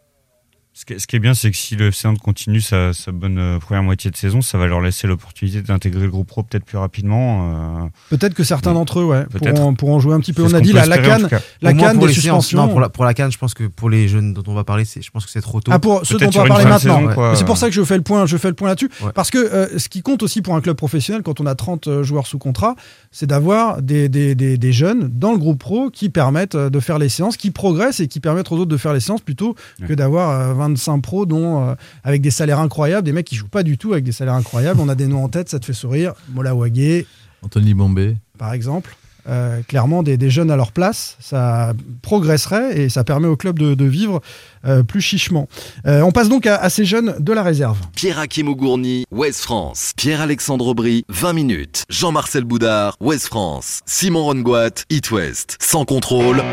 Ce qui est bien, c'est que si le FC Nantes continue sa bonne première moitié de saison, ça va leur laisser l'opportunité d'intégrer le groupe pro peut-être plus rapidement. Peut-être que certains d'entre eux pourront jouer un petit peu. On a dit la CAN des suspensions. Pour la CAN, je pense que pour les jeunes dont on va parler, je pense que c'est trop tôt. Pour ceux dont on va parler maintenant. C'est pour ça que je fais le point là-dessus. Ouais. Parce que ce qui compte aussi pour un club professionnel, quand on a 30 joueurs sous contrat, c'est d'avoir des jeunes dans le groupe pro qui permettent de faire les séances, qui progressent et qui permettent aux autres de faire les séances plutôt que d'avoir 25 pros dont avec des salaires incroyables, des mecs qui jouent pas du tout avec des salaires incroyables. On a des noms en tête, ça te fait sourire. Mola Wagué, Anthony Bombay par exemple. Clairement des jeunes à leur place, ça progresserait et ça permet au club de vivre plus chichement. On passe donc à ces jeunes de la réserve. Pierre-Hakim Ougourny, Ouest France. Pierre-Alexandre Aubry, 20 minutes. Jean-Marcel Boudard, Ouest France. Simon Rongoat, It West. Sans contrôle.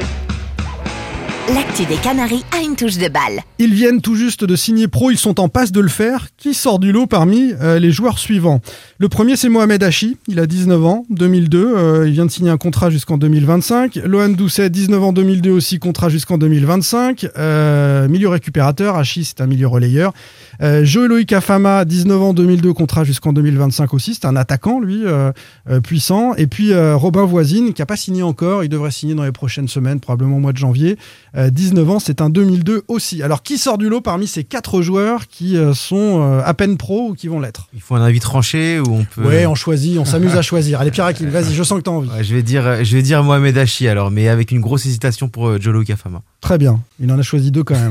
L'actu des Canaries a une touche de balle. Ils viennent tout juste de signer pro, ils sont en passe de le faire. Qui sort du lot parmi les joueurs suivants ? Le premier, c'est Mohamed Hachi, il a 19 ans, 2002, il vient de signer un contrat jusqu'en 2025. Lohan Doucet, 19 ans, 2002 aussi, contrat jusqu'en 2025. Milieu récupérateur, Hachi c'est un milieu relayeur. Joël-Loïc Afama, 19 ans, 2002, contrat jusqu'en 2025 aussi, c'est un attaquant lui, puissant. Et puis Robin Voisine, qui n'a pas signé encore, il devrait signer dans les prochaines semaines, probablement au mois de janvier. 19 ans, c'est un 2002 aussi. Alors, qui sort du lot parmi ces 4 joueurs qui sont à peine pro ou qui vont l'être ? Il faut un avis tranché ou on peut... Ouais, on choisit, on s'amuse à choisir. Allez, Pierre-Hakim, vas-y, je sens que t'as envie. Ouais, je vais dire Mohamed Hachi alors, mais avec une grosse hésitation pour Joël-Loïc Afama. Très bien, il en a choisi 2 quand même.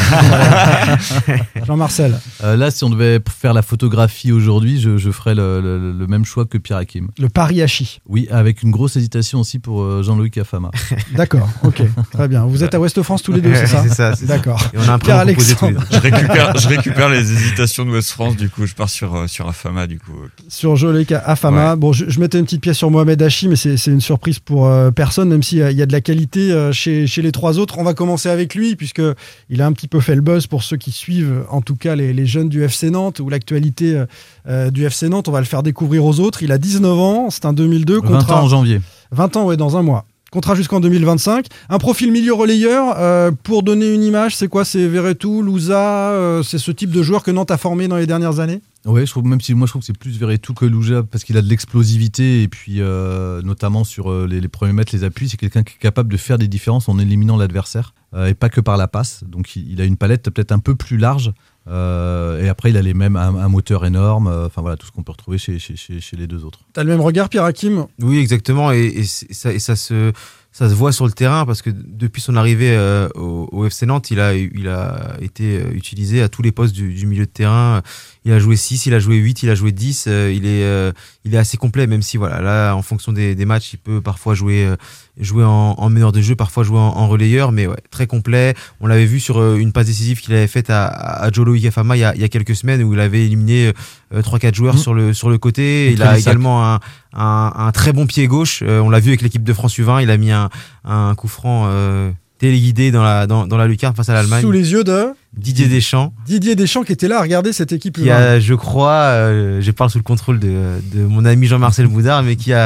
Jean-Marcel. Là, si on devait faire la photographie aujourd'hui, je ferais le même choix que Pierre-Hakim. Le pari Hachi. Oui, avec une grosse hésitation aussi pour Jean-Loïc Afama. D'accord, ok, très bien. Vous êtes à Ouest-France tous les deux, c'est ça ? C'est ça. D'accord. Et on a un Pierre-Alexandre. Je récupère les hésitations de Ouest-France, du coup, je pars sur Afama, du coup. Sur Joël-Loïc Afama. Ouais. Bon, je mettais une petite pièce sur Mohamed Hachi, mais c'est une surprise pour personne, même s'il y a de la qualité chez les 3 autres. On va commencer avec lui, puisqu'il a un petit peu fait le buzz pour ceux qui suivent, en tout cas, les jeunes du FC Nantes ou l'actualité du FC Nantes. On va le faire découvrir aux autres. Il a 19 ans, c'est un 2002. 20 ans en janvier. 20 ans, ouais, dans un mois. Contrat jusqu'en 2025. Un profil milieu relayeur, pour donner une image, c'est quoi ? C'est Verretou, Louza, c'est ce type de joueur que Nantes a formé dans les dernières années ? Oui, je trouve que c'est plus Verretou que Louza parce qu'il a de l'explosivité et puis notamment sur les premiers mètres, les appuis, c'est quelqu'un qui est capable de faire des différences en éliminant l'adversaire et pas que par la passe. Donc il a une palette peut-être un peu plus large et après il a un moteur énorme. Enfin voilà, tout ce qu'on peut retrouver chez les 2 autres. T'as le même regard, Pierre-Hakim ? Oui, exactement, et ça se voit sur le terrain parce que depuis son arrivée au FC Nantes, il a été utilisé à tous les postes du milieu de terrain. Il a joué 6, il a joué 8, il a joué 10. Il est assez complet, même si voilà, là, en fonction des matchs, il peut parfois jouer jouait en meneur de jeu, parfois jouait en relayeur, mais ouais, très complet. On l'avait vu sur une passe décisive qu'il avait faite à Jolo Ikafama il y a quelques semaines, où il avait éliminé 3-4 joueurs sur le côté. Il a également un très bon pied gauche. On l'a vu avec l'équipe de France U20. Il a mis un coup franc téléguidé dans la lucarne face à l'Allemagne. Sous les yeux de Didier Deschamps. Didier Deschamps qui était là à regarder cette équipe. Qui a, je crois, je parle sous le contrôle de mon ami Jean-Marcel Boudard, mais qui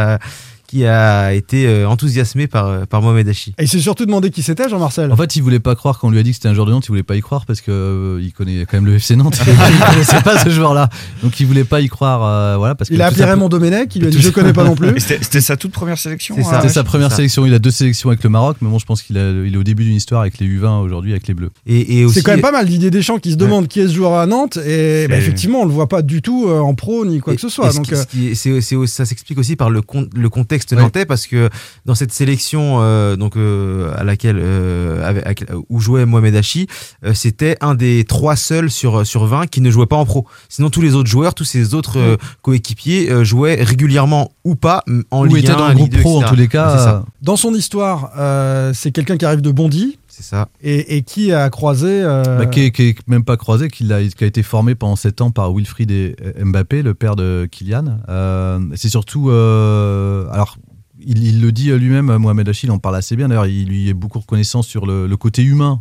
a été enthousiasmé par Mohamed Hachi. Et il s'est surtout demandé qui c'était, Jean-Marcel. En fait, il voulait pas croire quand on lui a dit que c'était un joueur de Nantes, il voulait pas y croire parce que il connaît quand même le FC Nantes. Il connaissait pas ce joueur-là, donc il voulait pas y croire. Voilà, parce il a appelé Raymond Domenech, il lui a dit je connais pas non plus. C'était sa toute première sélection. C'était sa première sélection. Il a 2 sélections avec le Maroc, mais bon, je pense qu'il est au début d'une histoire avec les U20 aujourd'hui avec les Bleus. Et aussi, c'est quand même pas mal Didier Deschamps qui se demande qui est ce joueur à Nantes, et effectivement on le voit pas du tout en pro ni quoi que ce soit. Donc ça s'explique aussi par le contexte nantais, parce que dans cette sélection à laquelle où jouait Mohamed Hachi, c'était un des 3 seuls sur 20 qui ne jouait pas en pro. Sinon tous les autres joueurs, tous ses autres coéquipiers jouaient régulièrement ou pas en Ligue 1, était dans le groupe pro en tous les cas. Dans son histoire, c'est quelqu'un qui arrive de Bondy. C'est ça. Et qui a croisé... qui est même pas croisé, qui a été formé pendant 7 ans par Wilfried et Mbappé, le père de Kylian. C'est surtout... alors, il le dit lui-même, Mohamed Hachi, il en parle assez bien. D'ailleurs, il lui est beaucoup reconnaissant sur le côté humain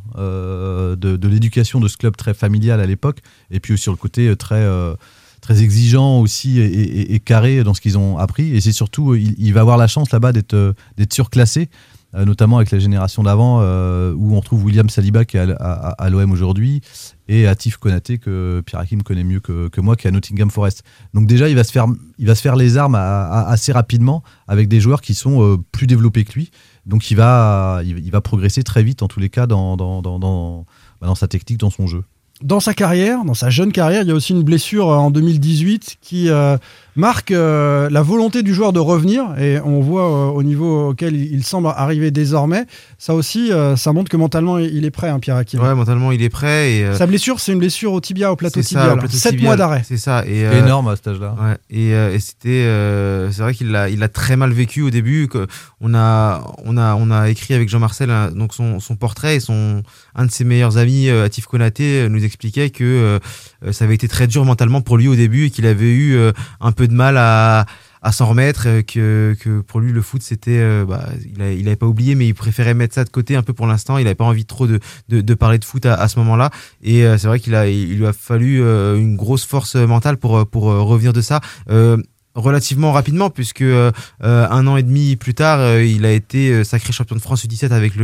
de l'éducation de ce club très familial à l'époque, et puis aussi sur le côté très exigeant aussi et carré dans ce qu'ils ont appris. Et c'est surtout, il va avoir la chance là-bas d'être surclassé, notamment avec la génération d'avant, où on trouve William Saliba qui est à l'OM aujourd'hui, et Atif Konaté que Pierre Hakim connaît mieux que moi, qui est à Nottingham Forest. Donc déjà il va se faire les armes assez rapidement avec des joueurs qui sont plus développés que lui. Donc il va progresser très vite en tous les cas dans sa technique, dans son jeu. Dans sa carrière, dans sa jeune carrière, il y a aussi une blessure en 2018 qui marque la volonté du joueur de revenir, et on voit au niveau auquel il semble arriver désormais. Ça aussi, ça montre que mentalement il est prêt, hein, Pierre Hakim. Ouais, mentalement il est prêt. Et sa blessure, c'est une blessure au tibia, au plateau tibial. 7 mois d'arrêt. C'est ça. C'est énorme à cet âge-là. Ouais, et c'était, c'est vrai qu'il l'a très mal vécu au début. On a écrit avec Jean-Marcel donc son portrait, et un de ses meilleurs amis, Atif Konaté, nous expliquait que ça avait été très dur mentalement pour lui au début, et qu'il avait eu un peu de mal à s'en remettre, que pour lui le foot c'était il avait pas oublié, mais il préférait mettre ça de côté un peu pour l'instant. Il avait pas envie trop de parler de foot à ce moment-là, et c'est vrai il lui a fallu une grosse force mentale pour revenir de ça relativement rapidement, puisque 1 an et demi plus tard, il a été sacré champion de France U17 avec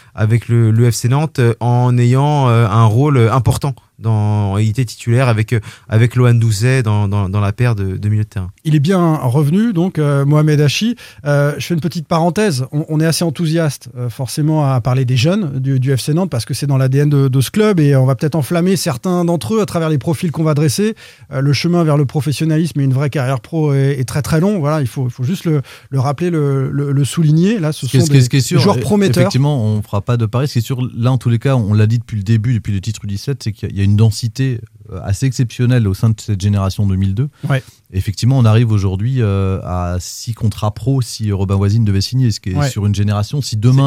le FC Nantes, en ayant un rôle important. Il était titulaire avec Lohan Doucet dans la paire de milieu de terrain. Il est bien revenu, donc Mohamed Hachi. Je fais une petite parenthèse. On est assez enthousiaste forcément à parler des jeunes du FC Nantes, parce que c'est dans l'ADN de ce club, et on va peut-être enflammer certains d'entre eux à travers les profils qu'on va dresser. Le chemin vers le professionnalisme et une vraie carrière pro est très très long. Voilà, il faut juste le rappeler, le souligner. Là, ce sont des joueurs prometteurs. Effectivement, on ne fera pas de pari. Ce qui est sûr, là en tous les cas, on l'a dit depuis le début, depuis le titre U17, c'est qu'il y a une densité assez exceptionnelle au sein de cette génération 2002. Ouais. Effectivement, on arrive aujourd'hui à 6 contrats pro si Robin Voisine devait signer, ce qui est sur une génération. Si demain,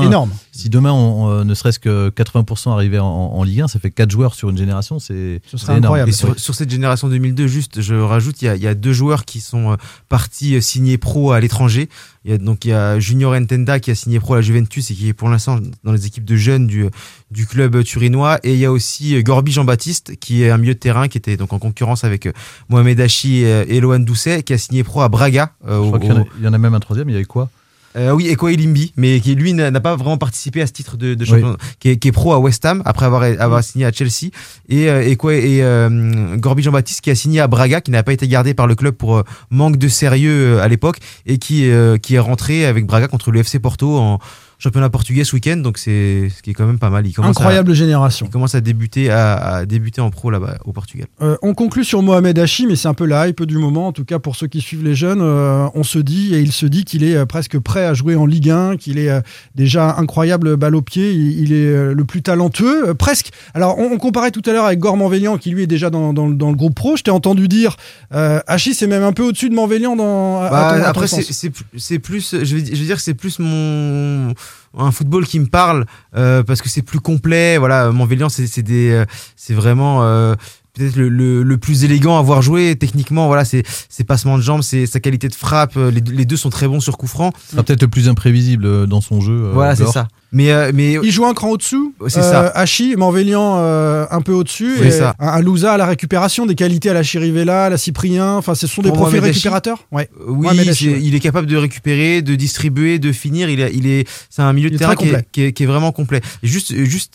on, ne serait-ce que 80% arrivait en Ligue 1, ça fait 4 joueurs sur une génération, ce serait incroyable. Et sur cette génération 2002, juste, je rajoute, il y a 2 joueurs qui sont partis signer pro à l'étranger. Il y a Junior Ntenda qui a signé pro à la Juventus et qui est pour l'instant dans les équipes de jeunes du club turinois. Et il y a aussi Gorby Jean-Baptiste qui est un milieu de terrain qui était donc en concurrence avec Mohamed Hachi et Lohan Doucet, qui a signé pro à Braga. Je crois qu'il y en a même un troisième, il y avait quoi ? Oui, Eko Elimbi, mais qui lui n'a pas vraiment participé à ce titre de champion, qui est pro à West Ham après avoir signé à Chelsea, et Gorby Jean-Baptiste qui a signé à Braga, qui n'a pas été gardé par le club pour manque de sérieux à l'époque, et qui est rentré avec Braga contre le FC Porto championnat portugais ce week-end, donc c'est ce qui est quand même pas mal. Incroyable génération. Il commence à débuter en pro là-bas au Portugal. On conclut sur Mohamed Hachi, mais c'est un peu la hype du moment, en tout cas pour ceux qui suivent les jeunes. Il se dit qu'il est presque prêt à jouer en Ligue 1, qu'il est déjà incroyable balle au pied, il est le plus talentueux, presque. Alors on comparait tout à l'heure avec Gore Manvélian qui lui est déjà dans le groupe pro. Je t'ai entendu dire Hachi c'est même un peu au-dessus de Manvélian après c'est plus, je veux dire c'est plus un football qui me parle parce que c'est plus complet. Voilà, Manvélian c'est vraiment peut-être le plus élégant à voir jouer techniquement. Voilà, ses passements de jambes, sa qualité de frappe, les deux sont très bons sur coup franc. Peut-être le plus imprévisible dans son jeu. Voilà, c'est ça. Mais il joue un cran au-dessous. C'est ça. Hachi, Manvélian un peu au-dessus. C'est ça. Un Louza à la récupération, des qualités à la Chirivella, à la Cyprien. Enfin, ce sont des profils récupérateurs. Ouais. Oui, il est capable de récupérer, de distribuer, de finir. C'est un milieu de terrain qui est vraiment complet. Et juste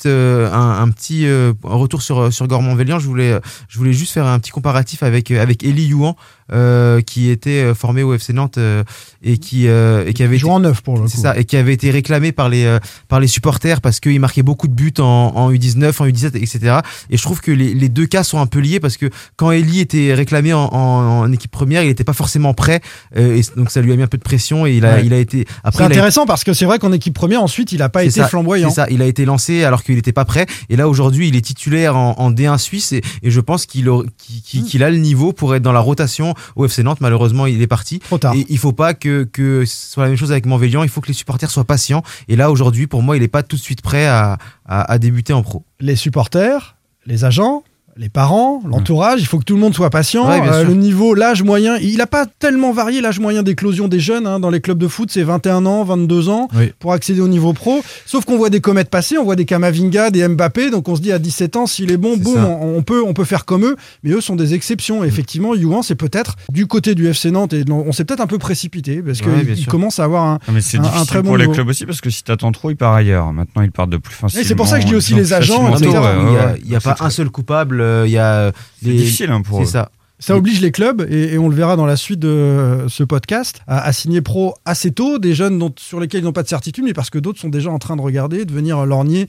un petit retour sur Gore Manvélian. Je voulais juste faire un petit comparatif avec Elie Youan. Qui était formé au FC Nantes et qui avait joué en neuf pour le coup. C'est ça, et qui avait été réclamé par les supporters parce qu'il marquait beaucoup de buts en U19, en U17, etc. Et je trouve que les deux cas sont un peu liés parce que quand Elie était réclamé en équipe première, il n'était pas forcément prêt, et donc ça lui a mis un peu de pression et il a été. Après, c'est intéressant parce que c'est vrai qu'en équipe première ensuite il n'a pas été flamboyant. C'est ça, il a été lancé alors qu'il n'était pas prêt et là aujourd'hui il est titulaire en D1 suisse et je pense qu'il a le niveau pour être dans la rotation au FC Nantes. Malheureusement il est parti. Trop tard. Et il faut pas que ce soit la même chose avec Manvélian, il faut que les supporters soient patients et là aujourd'hui pour moi il est pas tout de suite prêt à débuter en pro. Les supporters, les agents, les parents, l'entourage, il faut que tout le monde soit patient. Le niveau, l'âge moyen, il n'a pas tellement varié l'âge moyen d'éclosion des jeunes. Dans les clubs de foot, c'est 21 ans, 22 ans pour accéder au niveau pro. Sauf qu'on voit des comètes passer, on voit des Camavinga, des Mbappé. Donc on se dit à 17 ans, s'il est bon, boum, on peut faire comme eux. Mais eux sont des exceptions. Et effectivement, Youan, c'est peut-être du côté du FC Nantes. Et on s'est peut-être un peu précipité parce qu'il commence à avoir un très bon niveau. Mais c'est difficile pour les clubs aussi parce que si t'attends trop, il part ailleurs. Maintenant, il part de plus facilement. Et c'est pour ça que je dis aussi les agents. Il n'y a pas un seul coupable. Il y a c'est difficile pour eux. C'est ça. Ça oblige les clubs, et on le verra dans la suite de ce podcast, à signer pro assez tôt, des jeunes sur lesquels ils n'ont pas de certitude, mais parce que d'autres sont déjà en train de regarder, de venir lorgner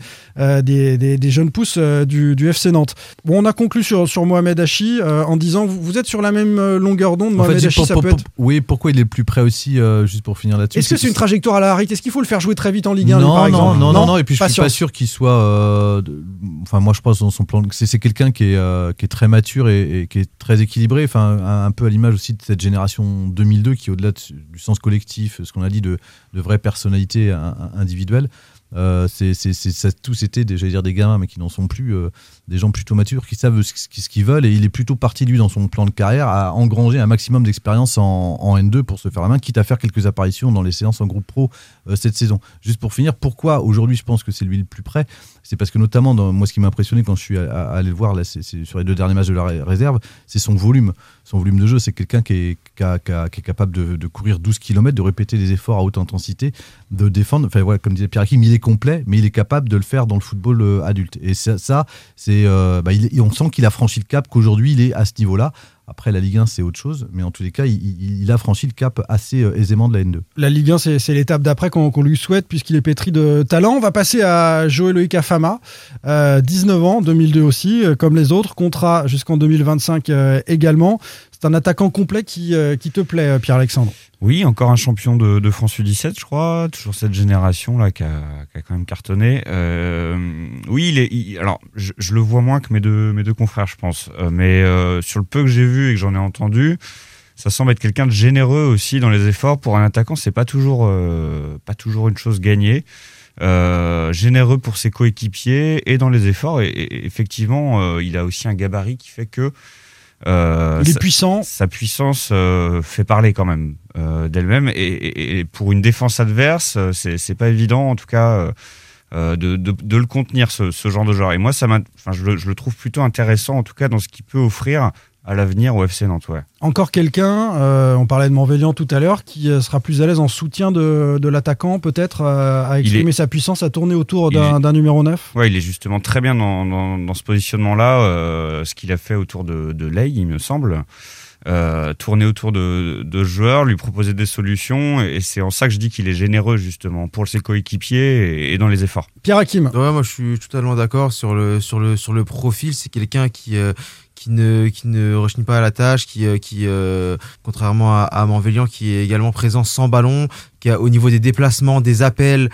des jeunes pousses du FC Nantes. Bon, on a conclu sur Mohamed Hachi en disant, vous êtes sur la même longueur d'onde, Mohamed Hachi, ça peut être... Oui, pourquoi il est plus prêt aussi, juste pour finir là-dessus. Est-ce que c'est une trajectoire à la Harit ? Est-ce qu'il faut le faire jouer très vite en Ligue 1, par exemple ? Non, et puis je suis pas sûr qu'il soit... Enfin, moi je pense dans son plan... C'est quelqu'un qui est très mature et qui est très équilibré, enfin un peu à l'image aussi de cette génération 2002 qui, au-delà du sens collectif, ce qu'on a dit de vraies personnalités individuelles, tous étaient des gamins, mais qui n'en sont plus, des gens plutôt matures, qui savent ce qu'ils veulent, et il est plutôt parti, lui, dans son plan de carrière, à engranger un maximum d'expérience en N2 pour se faire la main, quitte à faire quelques apparitions dans les séances en groupe pro cette saison. Juste pour finir, pourquoi aujourd'hui je pense que c'est lui le plus près ? C'est parce que notamment, moi ce qui m'a impressionné quand je suis allé le voir là, c'est sur les 2 derniers matchs de la réserve, c'est son volume de jeu. C'est quelqu'un qui est capable de courir 12 km, de répéter des efforts à haute intensité, de défendre. Enfin voilà, comme disait Pierre Hakim, il est complet, mais il est capable de le faire dans le football adulte. Et ça c'est, on sent qu'il a franchi le cap, qu'aujourd'hui il est à ce niveau-là. Après, la Ligue 1, c'est autre chose, mais en tous les cas, il a franchi le cap assez aisément de la N2. La Ligue 1, c'est l'étape d'après qu'on lui souhaite, puisqu'il est pétri de talent. On va passer à Joël-Loïc Afama, 19 ans, 2002 aussi, comme les autres, contrat jusqu'en 2025 également. C'est un attaquant complet qui te plaît, Pierre-Alexandre. Oui, encore un champion de France U17, je crois. Toujours cette génération-là qui a quand même cartonné. Oui, alors, je le vois moins que mes deux confrères, je pense. Mais sur le peu que j'ai vu et que j'en ai entendu, ça semble être quelqu'un de généreux aussi dans les efforts. Pour un attaquant, c'est pas toujours une chose gagnée. Généreux pour ses coéquipiers et dans les efforts. Et effectivement, il a aussi un gabarit qui fait que il est puissant. Sa puissance fait parler quand même d'elle-même, et pour une défense adverse, c'est pas évident en tout cas de le contenir, ce genre de joueur. Et moi, je le trouve plutôt intéressant en tout cas dans ce qu'il peut offrir à l'avenir au FC Nantes. Ouais. Encore quelqu'un, on parlait de Manvélian tout à l'heure, qui sera plus à l'aise en soutien de l'attaquant, peut-être, à exprimer sa puissance, à tourner autour d'un numéro 9. Ouais, il est justement très bien dans ce positionnement-là, ce qu'il a fait autour de Ley, il me semble. tourner autour de ce joueur, lui proposer des solutions, et c'est en ça que je dis qu'il est généreux justement pour ses coéquipiers et dans les efforts. Pierre Hakim. Ouais, moi je suis totalement d'accord sur le profil. C'est quelqu'un qui ne rechigne pas à la tâche, qui contrairement à Manvélian, qui est également présent sans ballon, qui a au niveau des déplacements, des appels,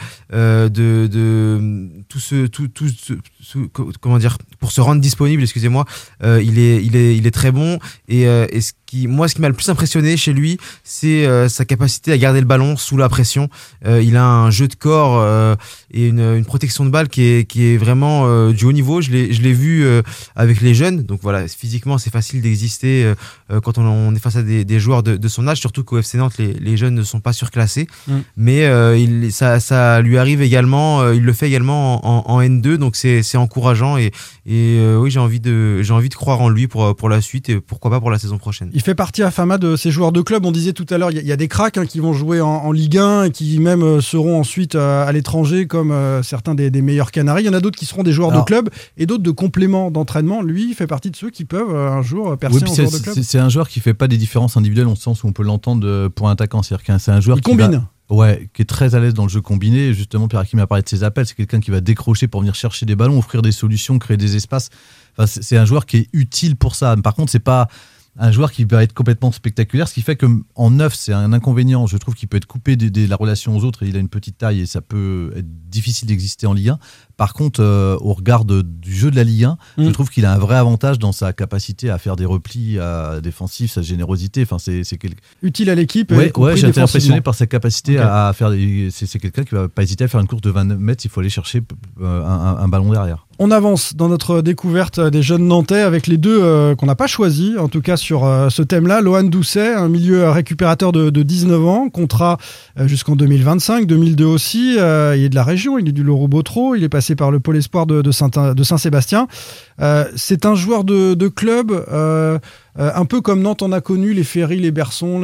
comment dire, pour se rendre disponible, excusez-moi, il est très bon, et ce qui m'a le plus impressionné chez lui, c'est sa capacité à garder le ballon sous la pression. Il a un jeu de corps et une protection de balle qui est vraiment du haut niveau. Je l'ai vu avec les jeunes, donc voilà, physiquement c'est facile d'exister quand on est face à des joueurs de son âge, surtout qu'au FC Nantes les jeunes ne sont pas surclassés. Mais ça lui arrive également, il le fait également en N2, donc c'est encourageant, et oui, j'ai envie de croire en lui pour la suite, et pourquoi pas pour la saison prochaine. Il fait partie à Fama de ces joueurs de club. On disait tout à l'heure, il y a des cracks qui vont jouer en Ligue 1 et qui même seront ensuite à l'étranger, comme certains des meilleurs Canaris. Il y en a d'autres qui seront des joueurs de club et d'autres de compléments d'entraînement. Lui, il fait partie de ceux qui peuvent un jour percer en joueur de club. C'est un joueur qui fait pas des différences individuelles, en sens où on peut l'entendre pour un attaquant. C'est-à-dire que c'est un joueur qui combine. Qui est très à l'aise dans le jeu combiné. Justement, Pierre Hakim a parlé de ses appels. C'est quelqu'un qui va décrocher pour venir chercher des ballons, offrir des solutions, créer des espaces. Enfin, c'est un joueur qui est utile pour ça. Par contre, c'est pas un joueur qui va être complètement spectaculaire, ce qui fait qu'en neuf, c'est un inconvénient. Je trouve qu'il peut être coupé de la relation aux autres, et il a une petite taille et ça peut être difficile d'exister en Ligue 1. Par contre, au regard du jeu de la Ligue 1, je trouve qu'il a un vrai avantage dans sa capacité à faire des replis défensifs, sa générosité. Enfin, c'est utile à l'équipe. Ouais, j'ai été impressionné par sa capacité à faire c'est quelqu'un qui va pas hésiter à faire une course de 20 mètres s'il faut aller chercher un ballon derrière. On avance dans notre découverte des jeunes Nantais avec les deux qu'on n'a pas choisis, en tout cas sur ce thème-là. Lohan Doucet, un milieu récupérateur de 19 ans, contrat jusqu'en 2025, 2002 aussi. Il est de la région, il est du Loro-Botero, il est passé par le Pôle Espoir de Saint-Sébastien. C'est un joueur de club, un peu comme Nantes on a connu les Ferry, les Berson,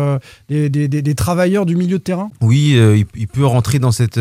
des travailleurs du milieu de terrain. Oui, il peut rentrer dans cette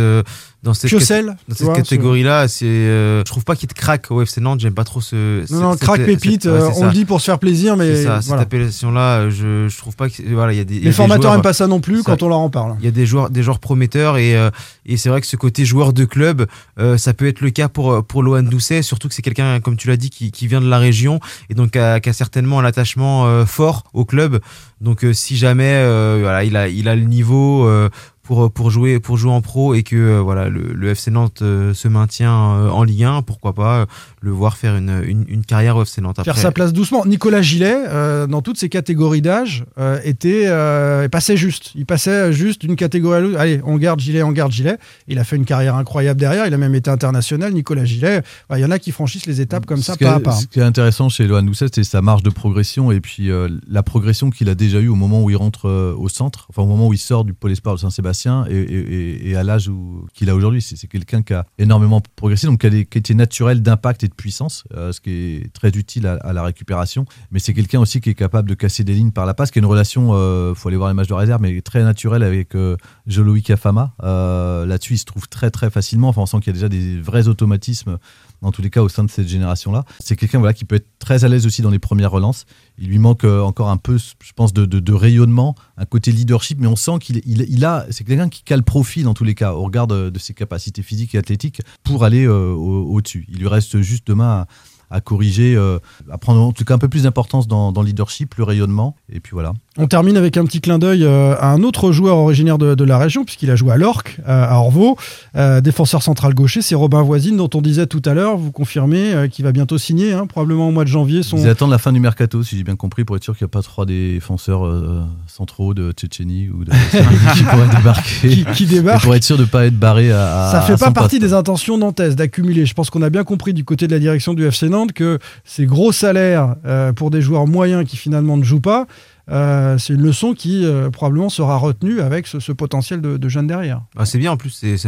catégorie-là. Je trouve pas qu'il te craque au FC Nantes. J'aime pas trop crack pépite. On le dit pour se faire plaisir, mais c'est ça, cette appellation-là, je trouve pas que voilà, il y a des les formateurs n'aiment pas ça non plus quand on leur en parle. Il y a des joueurs prometteurs, et c'est vrai que ce côté joueur de club, ça peut être le cas pour Lohan Doucet, surtout que c'est quelqu'un, comme tu l'as dit, qui vient de la région, et donc qui a certainement un attachement fort au club. Donc si jamais il a le niveau pour jouer en pro, et que le FC Nantes se maintient en Ligue 1, pourquoi pas le voir faire une carrière au FC Nantes après. Faire sa place doucement. Nicolas Gillet, dans toutes ces catégories d'âge, passait juste. Il passait juste d'une catégorie à l'autre. Allez, on garde Gillet. Il a fait une carrière incroyable derrière. Il a même été international. Nicolas Gillet, il y en a qui franchissent les étapes comme ça, pas à pas. Ce qui est intéressant chez Lohan Doucet, c'est sa marge de progression, et puis la progression qu'il a déjà eue au moment où il rentre au centre, enfin au moment où il sort du Pôle Espoir de Saint-Sébastien, et à l'âge qu'il a aujourd'hui. C'est quelqu'un qui a énormément progressé, donc qui a des qualités naturelles d'impact et de puissance, ce qui est très utile à la récupération. Mais c'est quelqu'un aussi qui est capable de casser des lignes par la passe, qui a une relation, faut aller voir les matchs de réserve, mais très naturelle avec Joloïka Fama. Là-dessus, il se trouve très très facilement. Enfin, on sent qu'il y a déjà des vrais automatismes, dans tous les cas, au sein de cette génération-là. C'est quelqu'un qui peut être très à l'aise aussi dans les premières relances. Il lui manque encore un peu, je pense, de rayonnement, un côté leadership, mais on sent c'est quelqu'un qui a le profil, dans tous les cas, au regard de ses capacités physiques et athlétiques, pour aller au-dessus. Il lui reste juste demain à corriger, à prendre en tout cas un peu plus d'importance dans le leadership, le rayonnement, et puis voilà. On termine avec un petit clin d'œil à un autre joueur originaire de la région, puisqu'il a joué à l'Orc, à Orvaux, défenseur central gaucher, c'est Robin Voisine, dont on disait tout à l'heure, vous confirmez, qu'il va bientôt signer, probablement au mois de janvier. Ils attendent la fin du mercato, si j'ai bien compris, pour être sûr qu'il n'y a pas 3 défenseurs centraux de Tchétchénie ou de qui pourraient débarquer. qui débarquent. Pour être sûr de ne pas être barré à ça ne fait pas partie poste. des intentions nantaises d'accumuler. Je pense qu'on a bien compris du côté de la direction du FC Nantes que ces gros salaires pour des joueurs moyens qui finalement ne jouent pas, c'est une leçon qui probablement sera retenue avec ce potentiel de jeunes derrière. C'est bien, en plus, ça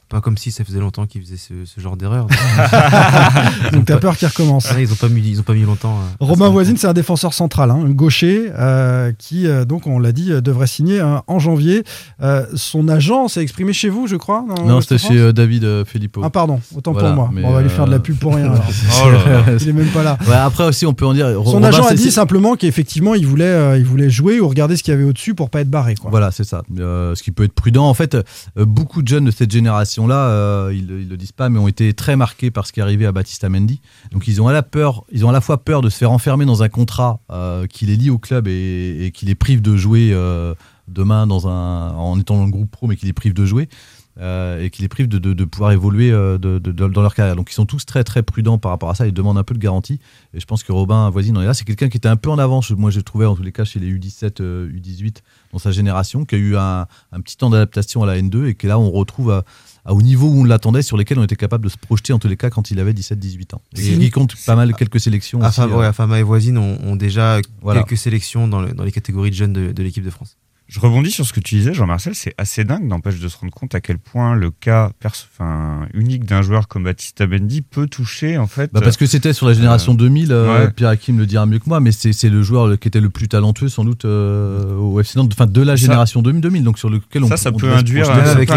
Pas comme si ça faisait longtemps qu'ils faisaient ce genre d'erreur. Donc t'as peur qu'ils recommencent. Ils ont pas mis longtemps. Robin Voisine, c'est un défenseur central, un gaucher, qui, donc on l'a dit, devrait signer en janvier. Son agent s'est exprimé chez vous, je crois. Non, c'était chez David Filippo. Ah pardon, autant voilà, pour moi. On va lui faire de la pub pour rien. Il est même pas là. Ouais, après aussi, on peut en dire. Son agent a dit simplement qu'effectivement, il voulait jouer ou regarder ce qu'il y avait au-dessus pour pas être barré, quoi. Voilà, c'est ça. Ce qui peut être prudent. En fait, beaucoup de jeunes de cette génération-là, ils le disent pas, mais ont été très marqués par ce qui est arrivé à Baptista Mendy. Donc ils ont à la fois peur de se faire enfermer dans un contrat qui les lie au club et qui les prive de jouer demain en étant dans le groupe pro, mais qui les prive de jouer. Et qui les prive de pouvoir évoluer dans leur carrière. Donc ils sont tous très très prudents par rapport à ça, ils demandent un peu de garantie, et je pense que Robin Voisine en est là. C'est quelqu'un qui était un peu en avance, moi j'ai trouvé en tous les cas chez les U17, U18 dans sa génération, qui a eu un petit temps d'adaptation à la N2 et que là on retrouve au niveau où on l'attendait, sur lesquels on était capable de se projeter en tous les cas quand il avait 17-18 ans. Et il compte pas mal quelques sélections aussi. Afama et Voisine ont déjà quelques sélections dans les catégories de jeunes de l'équipe de France. Je rebondis sur ce que tu disais, Jean-Marcel, c'est assez dingue, n'empêche de se rendre compte à quel point le cas unique d'un joueur comme Baptista Mendy peut toucher, en fait. Parce que c'était sur la génération 2000, Pierre-Hakim le dira mieux que moi, mais c'est le joueur qui était le plus talentueux, sans doute, au FC Nantes, de la génération 2000, donc sur lequel on peut induire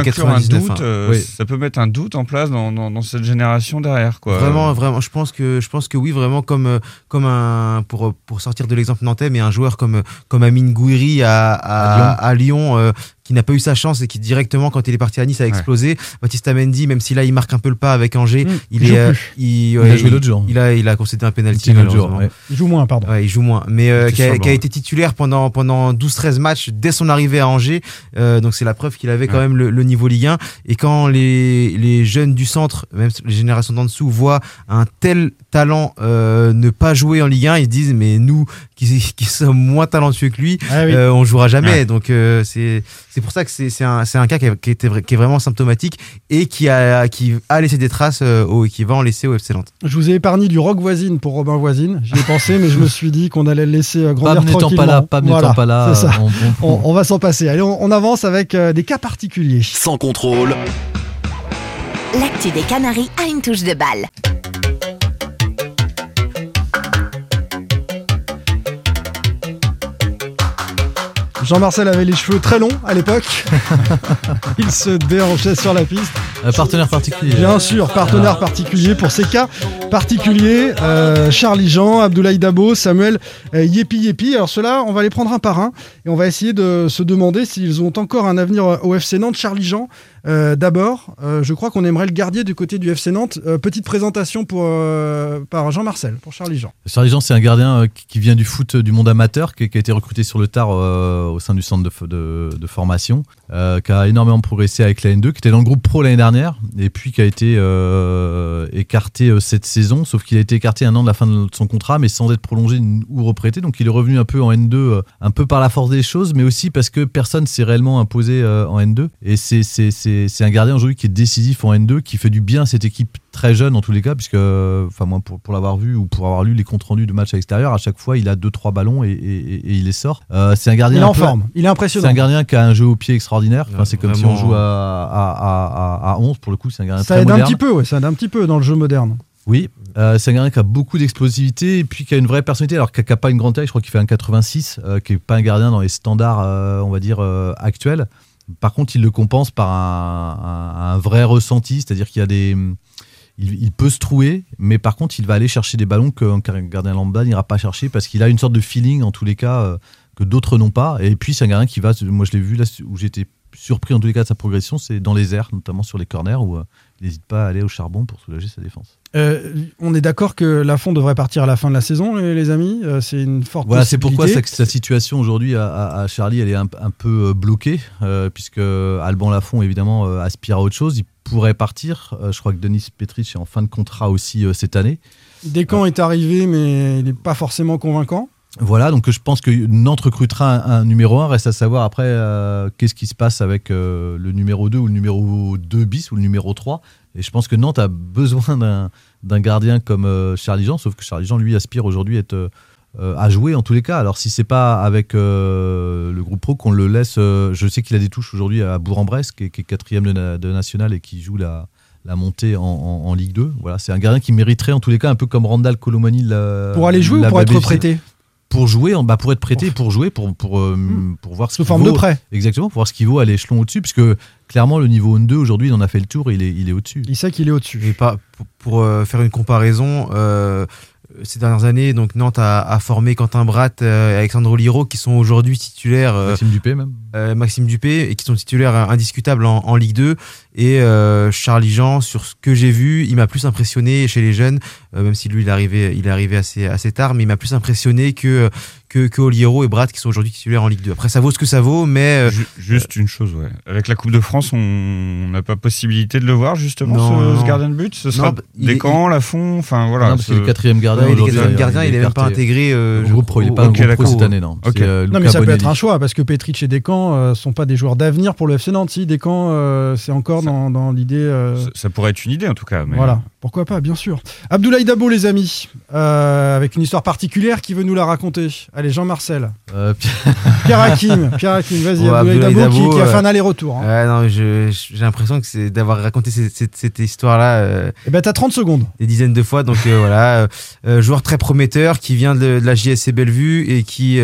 ça peut mettre un doute en place dans cette génération derrière, quoi. Vraiment, je pense que oui, vraiment comme pour sortir de l'exemple nantais, mais un joueur comme Amine Gouiri à Lyon, qui n'a pas eu sa chance et qui directement, quand il est parti à Nice, a explosé. Baptista Mendy, même si là il marque un peu le pas avec Angers, il a joué l'autre jour. Il a concédé un penalty. Il joue moins, pardon. Ouais, il joue moins, mais qui a été titulaire pendant 12-13 matchs dès son arrivée à Angers. Donc c'est la preuve qu'il avait quand même le niveau Ligue 1. Et quand les jeunes du centre, même les générations d'en dessous, voient un tel talent ne pas jouer en Ligue 1, ils se disent mais nous qui sommes moins talentueux que lui, on jouera jamais. Donc c'est pour ça que c'est un cas qui est vraiment symptomatique et qui a laissé des traces qui va en laisser au FC Nantes. Je vous ai épargné du rock Voisine pour Robin Voisine. J'y ai pensé, mais je me suis dit qu'on allait le laisser grandir tranquillement. Pam n'étant pas là, c'est ça. On va s'en passer. Allez, on avance avec des cas particuliers. Sans contrôle. L'actu des Canaries a une touche de balle. Jean-Marcel avait les cheveux très longs à l'époque. Il se déhanchait sur la piste. Partenaire particulier. Bien sûr, partenaire particulier pour ces cas particuliers. Charlie Jean, Abdoulaye Dabo, Samuel Yepi. Alors ceux-là, on va les prendre un par un et on va essayer de se demander s'ils ont encore un avenir au FC Nantes. Charlie Jean, d'abord, je crois qu'on aimerait le garder du côté du FC Nantes. Petite présentation par Jean-Marcel, pour Charlie Jean. Charlie Jean, c'est un gardien qui vient du foot du monde amateur, qui a été recruté sur le tard au sein du centre de formation, qui a énormément progressé avec la N2, qui était dans le groupe pro l'année dernière, et puis qui a été écarté cette saison, sauf qu'il a été écarté un an de la fin de son contrat, mais sans être prolongé ou reprêté. Donc il est revenu un peu en N2, un peu par la force des choses, mais aussi parce que personne s'est réellement imposé en N2. Et c'est un gardien aujourd'hui qui est décisif en N2, qui fait du bien à cette équipe très jeune en tous les cas, puisque moi pour l'avoir vu ou pour avoir lu les comptes rendus de matchs à l'extérieur, à chaque fois il a 2-3 ballons et il les sort. C'est un gardien, il est en forme, il est impressionnant. C'est un gardien qui a un jeu au pied extraordinaire. C'est comme si on joue à 11 pour le coup. C'est un gardien très moderne. Ça aide un petit peu dans le jeu moderne. Oui, c'est un gardien qui a beaucoup d'explosivité et puis qui a une vraie personnalité, alors qui n'a pas une grande taille. Je crois qu'il fait un 86, qui n'est pas un gardien dans les standards on va dire actuels. Par contre, il le compense par un vrai ressenti, c'est-à-dire qu'il y a il peut se trouer, mais par contre, il va aller chercher des ballons qu'un gardien lambda n'ira pas chercher parce qu'il a une sorte de feeling, en tous les cas, que d'autres n'ont pas. Et puis, c'est un gardien qui va, moi je l'ai vu là, où j'étais surpris en tous les cas de sa progression, c'est dans les airs, notamment sur les corners, où il n'hésite pas à aller au charbon pour soulager sa défense. On est d'accord que Lafont devrait partir à la fin de la saison, les amis. C'est une forte voilà, possibilité. C'est pourquoi sa situation aujourd'hui à Charlie, elle est un peu bloquée, puisque Alban Lafont, évidemment, aspire à autre chose. Il pourrait partir. Je crois que Denis Petric est en fin de contrat aussi cette année. Descamps est arrivé, mais il n'est pas forcément convaincant. Voilà, donc je pense que Nantes recrutera un numéro 1. Reste à savoir après qu'est-ce qui se passe avec le numéro 2 ou le numéro 2 bis ou le numéro 3. Et je pense que Nantes a besoin d'un gardien comme Charlie Jean, sauf que Charlie Jean, lui, aspire aujourd'hui à être à jouer en tous les cas. Alors si c'est pas avec le groupe pro qu'on le laisse, je sais qu'il a des touches aujourd'hui à Bourg-en-Bresse, qui est 4e de national et qui joue la montée en Ligue 2. Voilà, c'est un gardien qui mériterait en tous les cas, un peu comme Randall Colomani. Pour aller jouer ou pour être prêté ? Pour jouer, pour être prêté, pour jouer, pour voir ce qu'il vaut. Sous forme de prêt. Exactement, pour voir ce qu'il vaut à l'échelon au-dessus, puisque clairement le niveau N2 aujourd'hui, il en a fait le tour, il est au-dessus. Il sait qu'il est au-dessus. Et pour faire une comparaison, ces dernières années, donc Nantes a formé Quentin Bratt et Alexandre Liro, qui sont aujourd'hui titulaires. Maxime Dupé même. Maxime Dupé, et qui sont titulaires indiscutables en Ligue 2. Et Charlie Jean, sur ce que j'ai vu, il m'a plus impressionné chez les jeunes, même si lui il est arrivé assez tard, mais il m'a plus impressionné que Oliero et Bratt, qui sont aujourd'hui titulaires en Ligue 2. Après, ça vaut ce que ça vaut, mais juste une chose, ouais. Avec la Coupe de France, on n'a pas possibilité de le voir justement, ce gardien de but. Ce sera Descamps, Lafont, enfin voilà. Non, parce que le 4e gardien, il est même pas intégré au groupe pro. Il est pas au groupe pro cette année, non. Non, mais ça peut être un choix, parce que Petric et Descamps sont pas des joueurs d'avenir pour le FC Nantes. Si Descamps, c'est encore dans l'idée. Ça pourrait être une idée en tout cas. Mais... Voilà, pourquoi pas, bien sûr. Abdoulaye Dabo, les amis, avec une histoire particulière, qui veut nous la raconter? Allez, Jean-Marcel. Pierre Hakim, vas-y. Abdoulaye Dabo qui a fait un aller-retour. Hein. Non, j'ai l'impression que c'est d'avoir raconté cette histoire-là. Eh ben, t'as 30 secondes. Des dizaines de fois, donc voilà. Joueur très prometteur qui vient de la JSC Bellevue et qui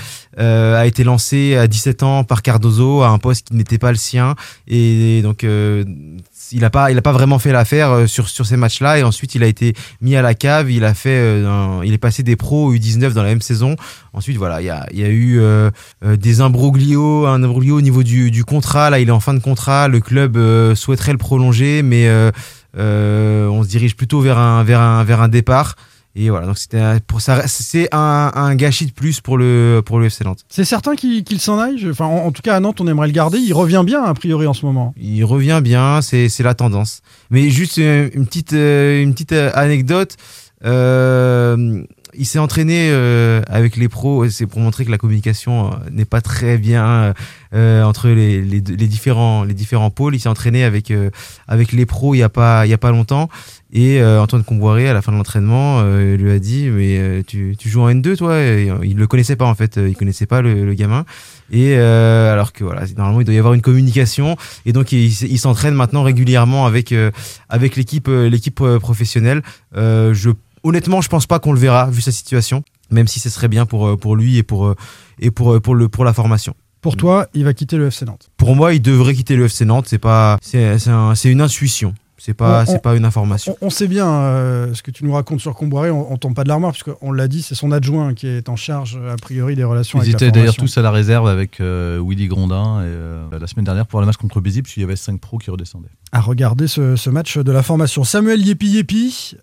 a été lancé à 17 ans par Cardozo à un poste qui n'était pas le sien, et donc il a pas vraiment fait l'affaire sur ces matchs-là, et ensuite il a été mis à la cave. Il est passé des pros au U19 dans la même saison. Ensuite voilà, il y a eu des imbroglios au niveau du contrat. Là, il est en fin de contrat, le club souhaiterait le prolonger, mais on se dirige plutôt vers un départ. Et voilà, donc c'est un gâchis de plus pour le FC Nantes. C'est certain qu'il s'en aille. Enfin, en tout cas à Nantes, on aimerait le garder. Il revient bien a priori en ce moment. Il revient bien, c'est la tendance. Mais juste une petite anecdote. Il s'est entraîné avec les pros, c'est pour montrer que la communication n'est pas très bien entre les différents pôles. Il s'est entraîné avec les pros il y a pas longtemps, et Antoine Comboiré, à la fin de l'entraînement, lui a dit mais tu joues en N2 toi? Et il le connaissait pas en fait, il connaissait pas le gamin, et alors que voilà, normalement il doit y avoir une communication, et donc il s'entraîne maintenant régulièrement avec l'équipe professionnelle. Honnêtement, je pense pas qu'on le verra vu sa situation, même si ce serait bien pour lui et pour la formation. Pour toi, il va quitter le FC Nantes? Pour moi, il devrait quitter le FC Nantes. C'est une intuition. C'est pas une information. On sait bien ce que tu nous racontes sur Comboiré, on tombe pas de l'armoire, puisqu'on l'a dit, c'est son adjoint qui est en charge, a priori, des relations avec la formation. Ils étaient d'ailleurs tous à la réserve avec Willy Grondin la semaine dernière pour le match contre Béziers, puisqu'il y avait 5 pros qui redescendaient. À regarder ce match de la formation. Samuel Yepi,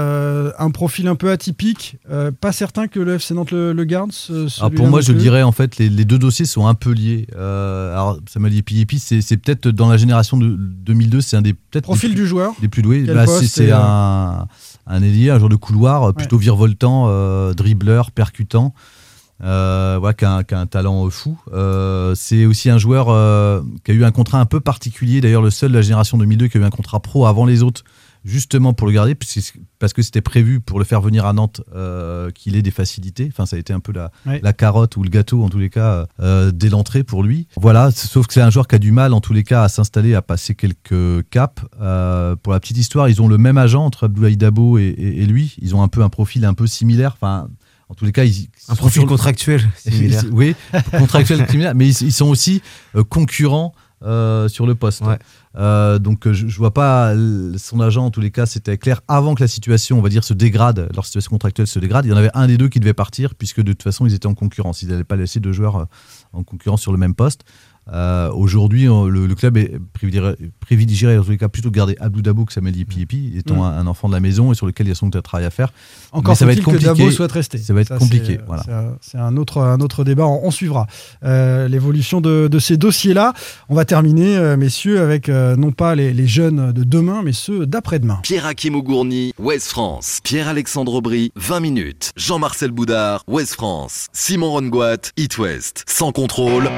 un profil un peu atypique, pas certain que le FC Nantes le garde. Pour moi, je dirais en fait, les deux dossiers sont un peu liés. Alors Samuel Yepi, c'est peut-être dans la génération de 2002, c'est un des peut-être profil du joueur les plus doués. C'est un ailier, un joueur de couloir plutôt virevoltant, dribbleur, percutant. Qui a un talent fou. C'est aussi un joueur qui a eu un contrat un peu particulier, d'ailleurs le seul de la génération 2002 qui a eu un contrat pro avant les autres, justement pour le garder, parce que c'était prévu pour le faire venir à Nantes qu'il ait des facilités. Enfin, ça a été un peu la carotte ou le gâteau en tous les cas dès l'entrée pour lui. Voilà, sauf que c'est un joueur qui a du mal en tous les cas à s'installer, à passer quelques caps. Pour la petite histoire, ils ont le même agent entre Abdoulaye Dabo et lui. Ils ont un peu un profil un peu similaire. Enfin, en tous les cas, un profil contractuel similaire. Oui, contractuel similaire, mais ils sont aussi concurrents sur le poste. Ouais. Donc je vois pas son agent, en tous les cas, c'était clair avant que la situation, on va dire, se dégrade, leur situation contractuelle se dégrade. Il y en avait un des deux qui devait partir, puisque de toute façon, ils étaient en concurrence. Ils n'allaient pas laisser deux joueurs en concurrence sur le même poste. Aujourd'hui, le club privilégierait en tous les cas plutôt de garder Abdou Dabo que Samuel Yepi, étant un enfant de la maison et sur lequel il y a sans doute un travail à faire. Encore faut-il que Dabo souhaite rester. Ça va être compliqué. Voilà. C'est un autre débat. On suivra l'évolution de ces dossiers-là. On va terminer, messieurs, avec non pas les jeunes de demain, mais ceux d'après-demain. Pierre-Hakim Ougourny, Ouest France. Pierre-Alexandre Aubry, 20 minutes. Jean-Marcel Boudard, Ouest France. Simon Rongoat, It West. Sans contrôle.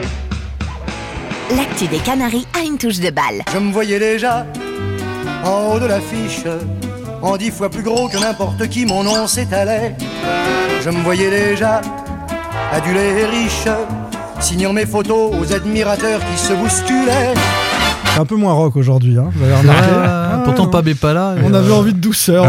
L'actu des Canaries a une touche de balle. Je me voyais déjà en haut de l'affiche, en 10 fois plus gros que n'importe qui, mon nom s'étalait. Je me voyais déjà adulé et riche, signant mes photos aux admirateurs qui se bousculaient. C'est un peu moins rock aujourd'hui, hein, vous avez remarqué. Pourtant, Pab est pas là. On avait envie de douceur.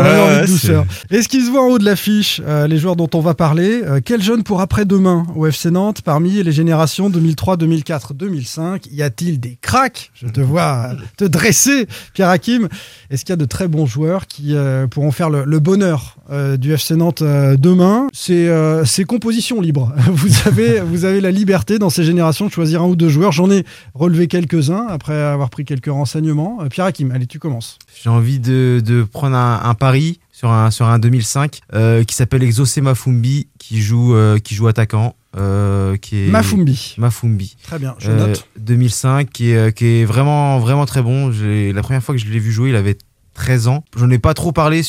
Est-ce qu'ils se voient en haut de l'affiche, les joueurs dont on va parler? Quel jeune pour après-demain au FC Nantes parmi les générations 2003, 2004, 2005? Y a-t-il des cracks? Je te vois te dresser, Pierre-Hakim. Est-ce qu'il y a de très bons joueurs qui pourront faire le bonheur du FC Nantes demain? C'est composition libre. Vous avez la liberté dans ces générations de choisir un ou deux joueurs. J'en ai relevé quelques-uns après avoir pris quelques renseignements. Pierre-Hakim, allez, tu commences. J'ai envie de prendre un pari sur un 2005 qui s'appelle Exaucé Mafumbi, qui joue attaquant. Qui est Mafumbi. Très bien, je note. 2005, qui est vraiment, vraiment très bon. La première fois que je l'ai vu jouer, il avait 13 ans. J'en ai pas trop parlé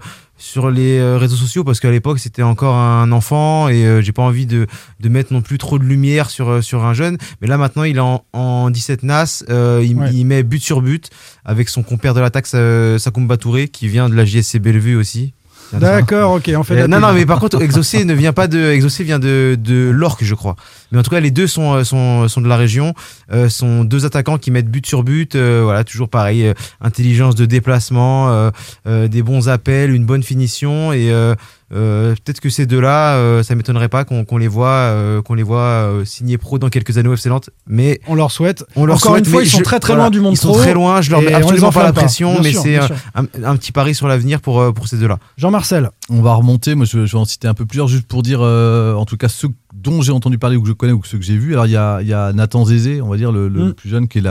sur les réseaux sociaux parce qu'à l'époque c'était encore un enfant et j'ai pas envie de mettre non plus trop de lumière sur un jeune, mais là maintenant il est en 17 NAS, il met but sur but avec son compère de l'attaque Sakoumba Touré qui vient de la JSC Bellevue aussi. D'accord, ok, en fait. Non, mais par contre, Exaucé vient de l'Orque, je crois. Mais en tout cas, les deux sont de la région. Sont deux attaquants qui mettent but sur but. Voilà, toujours pareil, intelligence de déplacement, des bons appels, une bonne finition et peut-être que ces deux-là, ça m'étonnerait pas qu'on les voit signer pro dans quelques années au FC Nantes, mais on leur souhaite. Encore une fois, ils sont très loin du monde pro. Ils sont très loin. Je leur mets absolument pas la pression, mais c'est un petit pari sur l'avenir pour ces deux-là. Jean-Marcel, on va remonter. Moi, je vais en citer un peu plusieurs juste pour dire, en tout cas ceux dont j'ai entendu parler ou que je connais ou ceux que j'ai vus. Alors il y a Nathan Zézé, on va dire le plus jeune, qui est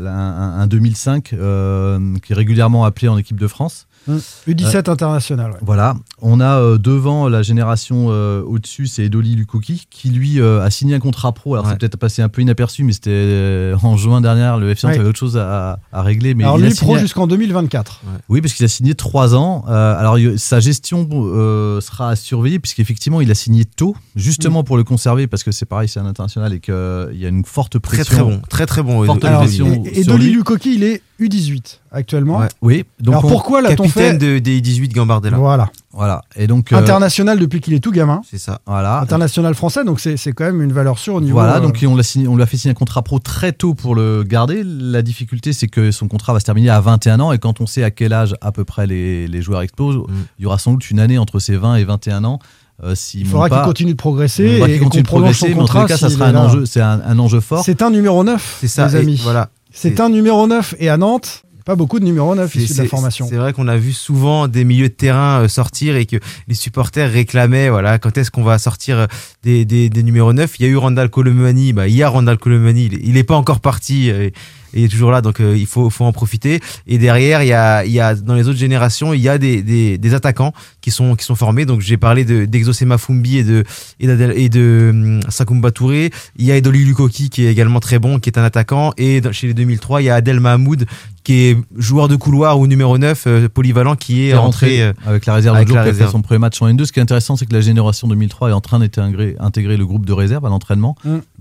un 2005, qui est régulièrement appelé en équipe de France. U17 international. Ouais. Voilà. On a devant la génération au-dessus, c'est Edoli Lukoki qui lui a signé un contrat pro. Alors c'est peut-être passé un peu inaperçu, mais c'était en juin dernier. Le FC Nantes avait autre chose à régler. Mais alors lui pro jusqu'en 2024. Ouais. Oui, parce qu'il a signé 3 ans. Alors sa gestion sera à surveiller puisqu'effectivement il a signé tôt, justement pour le conserver parce que c'est pareil, c'est un international et qu'il y a une forte pression. Très bon. Forte pression. Edoli Lukoki, il est U18 actuellement. Ouais. Oui. Donc alors pourquoi l'a-t-on fait capitaine des U18 Gambardella. Voilà. Et donc international depuis qu'il est tout gamin. C'est ça. Voilà. International français, donc c'est quand même une valeur sûre au niveau. Voilà. Donc on lui a fait signer un contrat pro très tôt pour le garder. La difficulté, c'est que son contrat va se terminer à 21 ans et quand on sait à quel âge à peu près les joueurs explosent, il y aura sans doute une année entre ses 20 et 21 ans. Il faudra qu'il continue de progresser mais en tous les cas, ça sera un enjeu. C'est un enjeu fort. C'est un numéro 9. C'est ça, les amis. Voilà. C'est un numéro 9 et à Nantes. Pas beaucoup de numéro 9 issus de la formation. C'est vrai qu'on a vu souvent des milieux de terrain sortir et que les supporters réclamaient quand est-ce qu'on va sortir des numéros 9. Il y a eu Randall Colomani, il y a Randall Colomani, il n'est pas encore parti. Il est toujours là, donc il faut en profiter. Et derrière, il y a dans les autres générations, il y a des attaquants qui sont formés. Donc j'ai parlé d'Exaucé Mafumbi et de Sakoumba Touré. Il y a Edoli Lukoki qui est également très bon, qui est un attaquant. Et chez les 2003, il y a Adel Mahmoud qui est joueur de couloir ou numéro 9 polyvalent qui est rentré avec la réserve de jour, qui a fait son premier match en N2. Ce qui est intéressant, c'est que la génération 2003 est en train d'intégrer le groupe de réserve à l'entraînement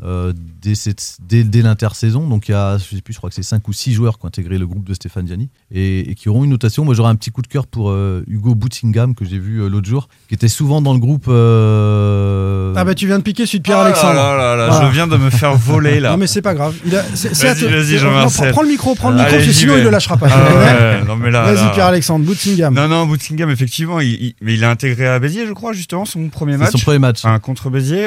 dès l'intersaison. Donc il y a, je sais plus, je crois que c'est 5 ou 6 joueurs qui ont intégré le groupe de Stéphane Gianni et qui auront une notation. Moi, j'aurais un petit coup de cœur pour Hugo Boutingham que j'ai vu l'autre jour, qui était souvent dans le groupe. Tu viens de piquer celui de Pierre-Alexandre. Je viens de me faire voler là. Non mais c'est pas grave. Vas-y, Jean-Marcel. Prends le micro, parce que sinon il ne le lâchera pas. Vas-y, Pierre-Alexandre, Boutingham. Non, Boutingham, effectivement, mais il a intégré à Béziers, je crois, justement, son premier match. Son premier match. Contre Béziers,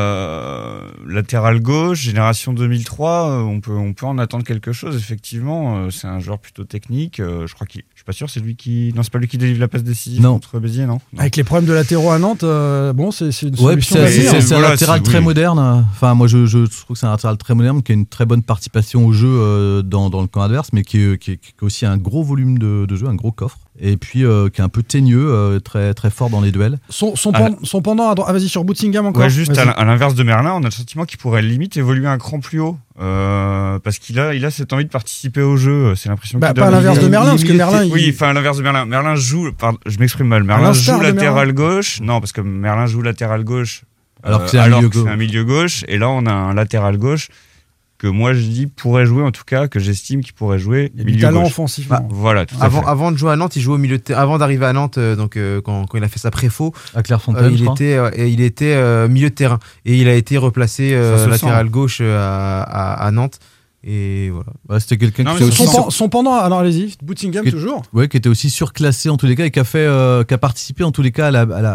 latéral gauche, génération 2003, on peut en attendre quelque chose, effectivement. C'est un joueur plutôt technique. Je crois qu'il. Je suis pas sûr, c'est lui qui. Non, c'est pas lui qui délivre la passe décisive contre Béziers, non. Avec les problèmes de latéraux à Nantes, c'est une solution. C'est un latéral très moderne. Enfin, moi, je trouve que c'est un latéral très moderne qui a une très bonne participation au jeu dans le camp adverse, mais qui a aussi un gros volume de jeu, un gros coffre. Et puis qui est un peu teigneux, très, très fort dans les duels. Son pendant à droite. Ah, vas-y, sur Boutingham encore. Ouais, juste à l'inverse de Merlin, on a le sentiment qu'il pourrait limite évoluer un cran plus haut. Parce qu'il a cette envie de participer au jeu. C'est l'impression qu'il pas à l'inverse de Merlin, parce que Merlin. Oui, enfin à l'inverse de Merlin. Merlin joue. Je m'exprime mal. Merlin joue latéral gauche. Non, parce que Merlin joue latéral gauche. Alors que c'est un milieu gauche. Et là, on a un latéral gauche que moi je dis pourrait jouer, en tout cas, que j'estime qu'il pourrait jouer Il y a milieu du talent gauche. offensivement. Voilà, tout à fait. Avant de jouer à Nantes, il jouait au milieu de avant d'arriver à Nantes, quand il a fait sa préfaux, À Clairefontaine, je crois. il était milieu de terrain et il a été replacé Ça se latéral sent. gauche à Nantes. Et voilà. Ouais, c'était quelqu'un Non, qui mais était aussi Son pendant, alors allez-y, Boutingham Qui- toujours. ouais, qui était aussi surclassé en tous les cas et qui a participé en tous les cas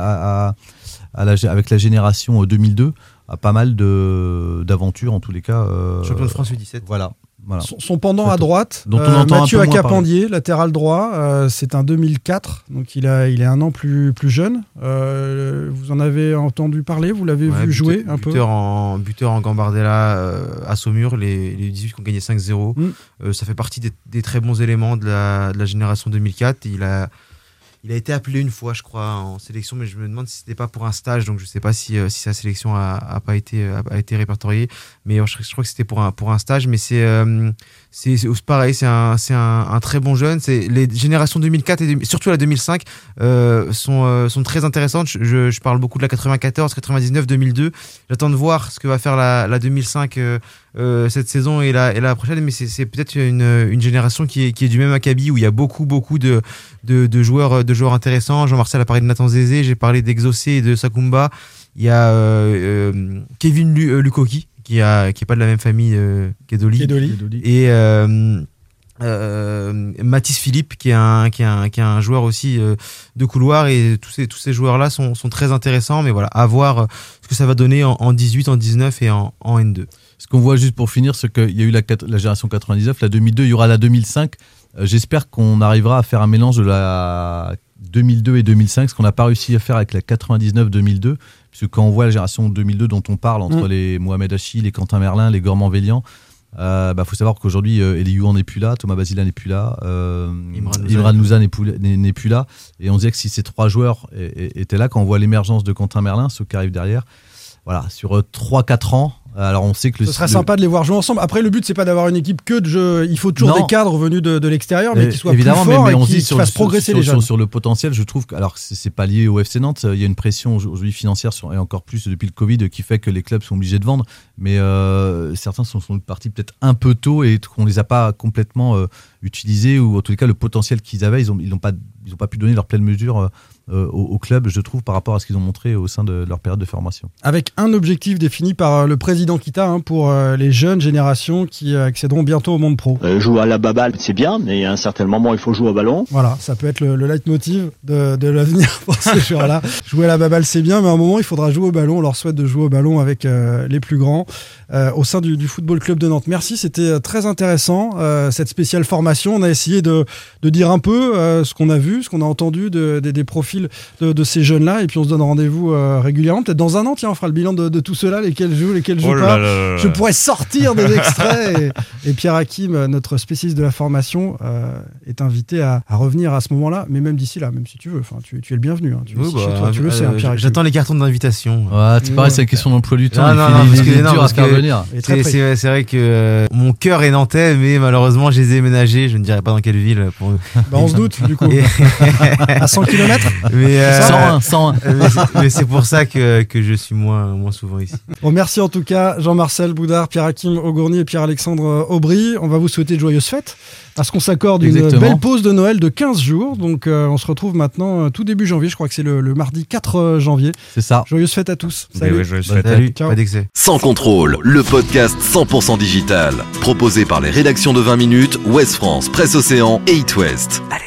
avec la génération 2002 à pas mal d'aventures en tous les cas. Champion de France U17. Voilà. Son pendant à droite, Dont on entend Mathieu un peu moins Acapandier, latéral droit, c'est un 2004, donc il est un an plus jeune. Vous en avez entendu parler, vous l'avez vu jouer un peu. Buteur en Gambardella à Saumur, les U18 qui ont gagné 5-0. Ça fait partie des très bons éléments de la génération 2004. Il a été appelé une fois, je crois, en sélection, mais je me demande si c'était pas pour un stage, donc je sais pas si sa sélection a pas été répertoriée, mais je crois que c'était pour un stage, mais c'est pareil, c'est un très bon jeune. Les générations 2004 et surtout la 2005 sont très intéressantes. Je parle beaucoup de la 94, 99, 2002. J'attends de voir ce que va faire la 2005 cette saison et la prochaine, mais c'est peut-être une génération qui est du même acabit, où il y a beaucoup de joueurs intéressants. Jean-Marcel a parlé de Nathan Zézé, j'ai parlé d'Exaucé et de Sakumba. Il y a Kevin Lukoki qui est pas de la même famille qu'Edoli. Et Mathis Philippe qui est un joueur aussi de couloir, et tous ces joueurs là sont très intéressants, mais voilà, à voir ce que ça va donner en 18, en 19 et en N2. Ce qu'on voit juste pour finir, c'est qu'il y a eu la génération 99, la 2002, il y aura la 2005. J'espère qu'on arrivera à faire un mélange de la 2002 et 2005, ce qu'on n'a pas réussi à faire avec la 99-2002, puisque quand on voit la génération 2002 dont on parle, entre les Mohamed Hachi, les Quentin Merlin, les Gormand-Vélian, faut savoir qu'aujourd'hui Eliouan n'est plus là, Thomas Basila n'est plus là, Imran Louza n'est plus là, et on disait que si ces trois joueurs étaient là, quand on voit l'émergence de Quentin Merlin, ceux qui arrivent derrière, voilà, sur 3-4 ans, alors on sait que ce serait sympa de les voir jouer ensemble. Après, le but, c'est pas d'avoir une équipe que de jeu. Il faut toujours des cadres venus de l'extérieur, mais qui soient plus forts et qui fassent progresser les jeunes. Sur le potentiel, je trouve que, alors c'est pas lié au FC Nantes, il y a une pression aujourd'hui financière et encore plus depuis le Covid qui fait que les clubs sont obligés de vendre, mais certains sont partis peut-être un peu tôt et qu'on les a pas complètement utilisés, ou en tous les cas le potentiel qu'ils avaient, ils n'ont pas pu donner leur pleine mesure au club, je trouve, par rapport à ce qu'ils ont montré au sein de leur période de formation. Avec un objectif défini par le président Kita pour les jeunes générations qui accéderont bientôt au monde pro. Jouer à la baballe, c'est bien, mais à un certain moment, il faut jouer au ballon. Voilà, ça peut être le leitmotiv de l'avenir pour ces joueurs-là. Jouer à la baballe, c'est bien, mais à un moment, il faudra jouer au ballon. On leur souhaite de jouer au ballon avec les plus grands au sein du Football Club de Nantes. Merci, c'était très intéressant, cette spéciale formation. On a essayé de dire un peu ce qu'on a vu, ce qu'on a entendu des profils de ces jeunes-là, et puis on se donne rendez-vous régulièrement. Peut-être dans un an, tiens, on fera le bilan de tout cela, lesquels jouent, lesquels jouent pas. Je pourrais sortir des extraits. Et Pierre Hakim, notre spécialiste de la formation, est invité à revenir à ce moment-là, mais même d'ici là, même si tu veux. Enfin, tu es le bienvenu. Hein. Tu le sais, Pierre Hakim. J'attends les cartons d'invitation. Ouais, c'est pareil, c'est la question d'emploi du temps. C'est vrai que mon cœur est nantais, mais malheureusement, je les ai déménagés. Je ne dirais pas dans quelle ville. On se doute, du coup. À 100 km. Mais 101. Mais c'est pour ça que je suis moins souvent ici. Bon, merci en tout cas, Jean-Marcel Boudard, Pierre Hakim Augourny et Pierre-Alexandre Aubry. On va vous souhaiter de joyeuses fêtes, parce qu'on s'accorde une belle pause de Noël de 15 jours. Donc on se retrouve maintenant tout début janvier. Je crois que c'est le mardi 4 janvier. C'est ça. Joyeuses fêtes à tous. Salut. Salut. Ciao. Pas d'excès. Sans contrôle, le podcast 100% digital, proposé par les rédactions de 20 minutes, Ouest France, Presse Océan et It West. Allez.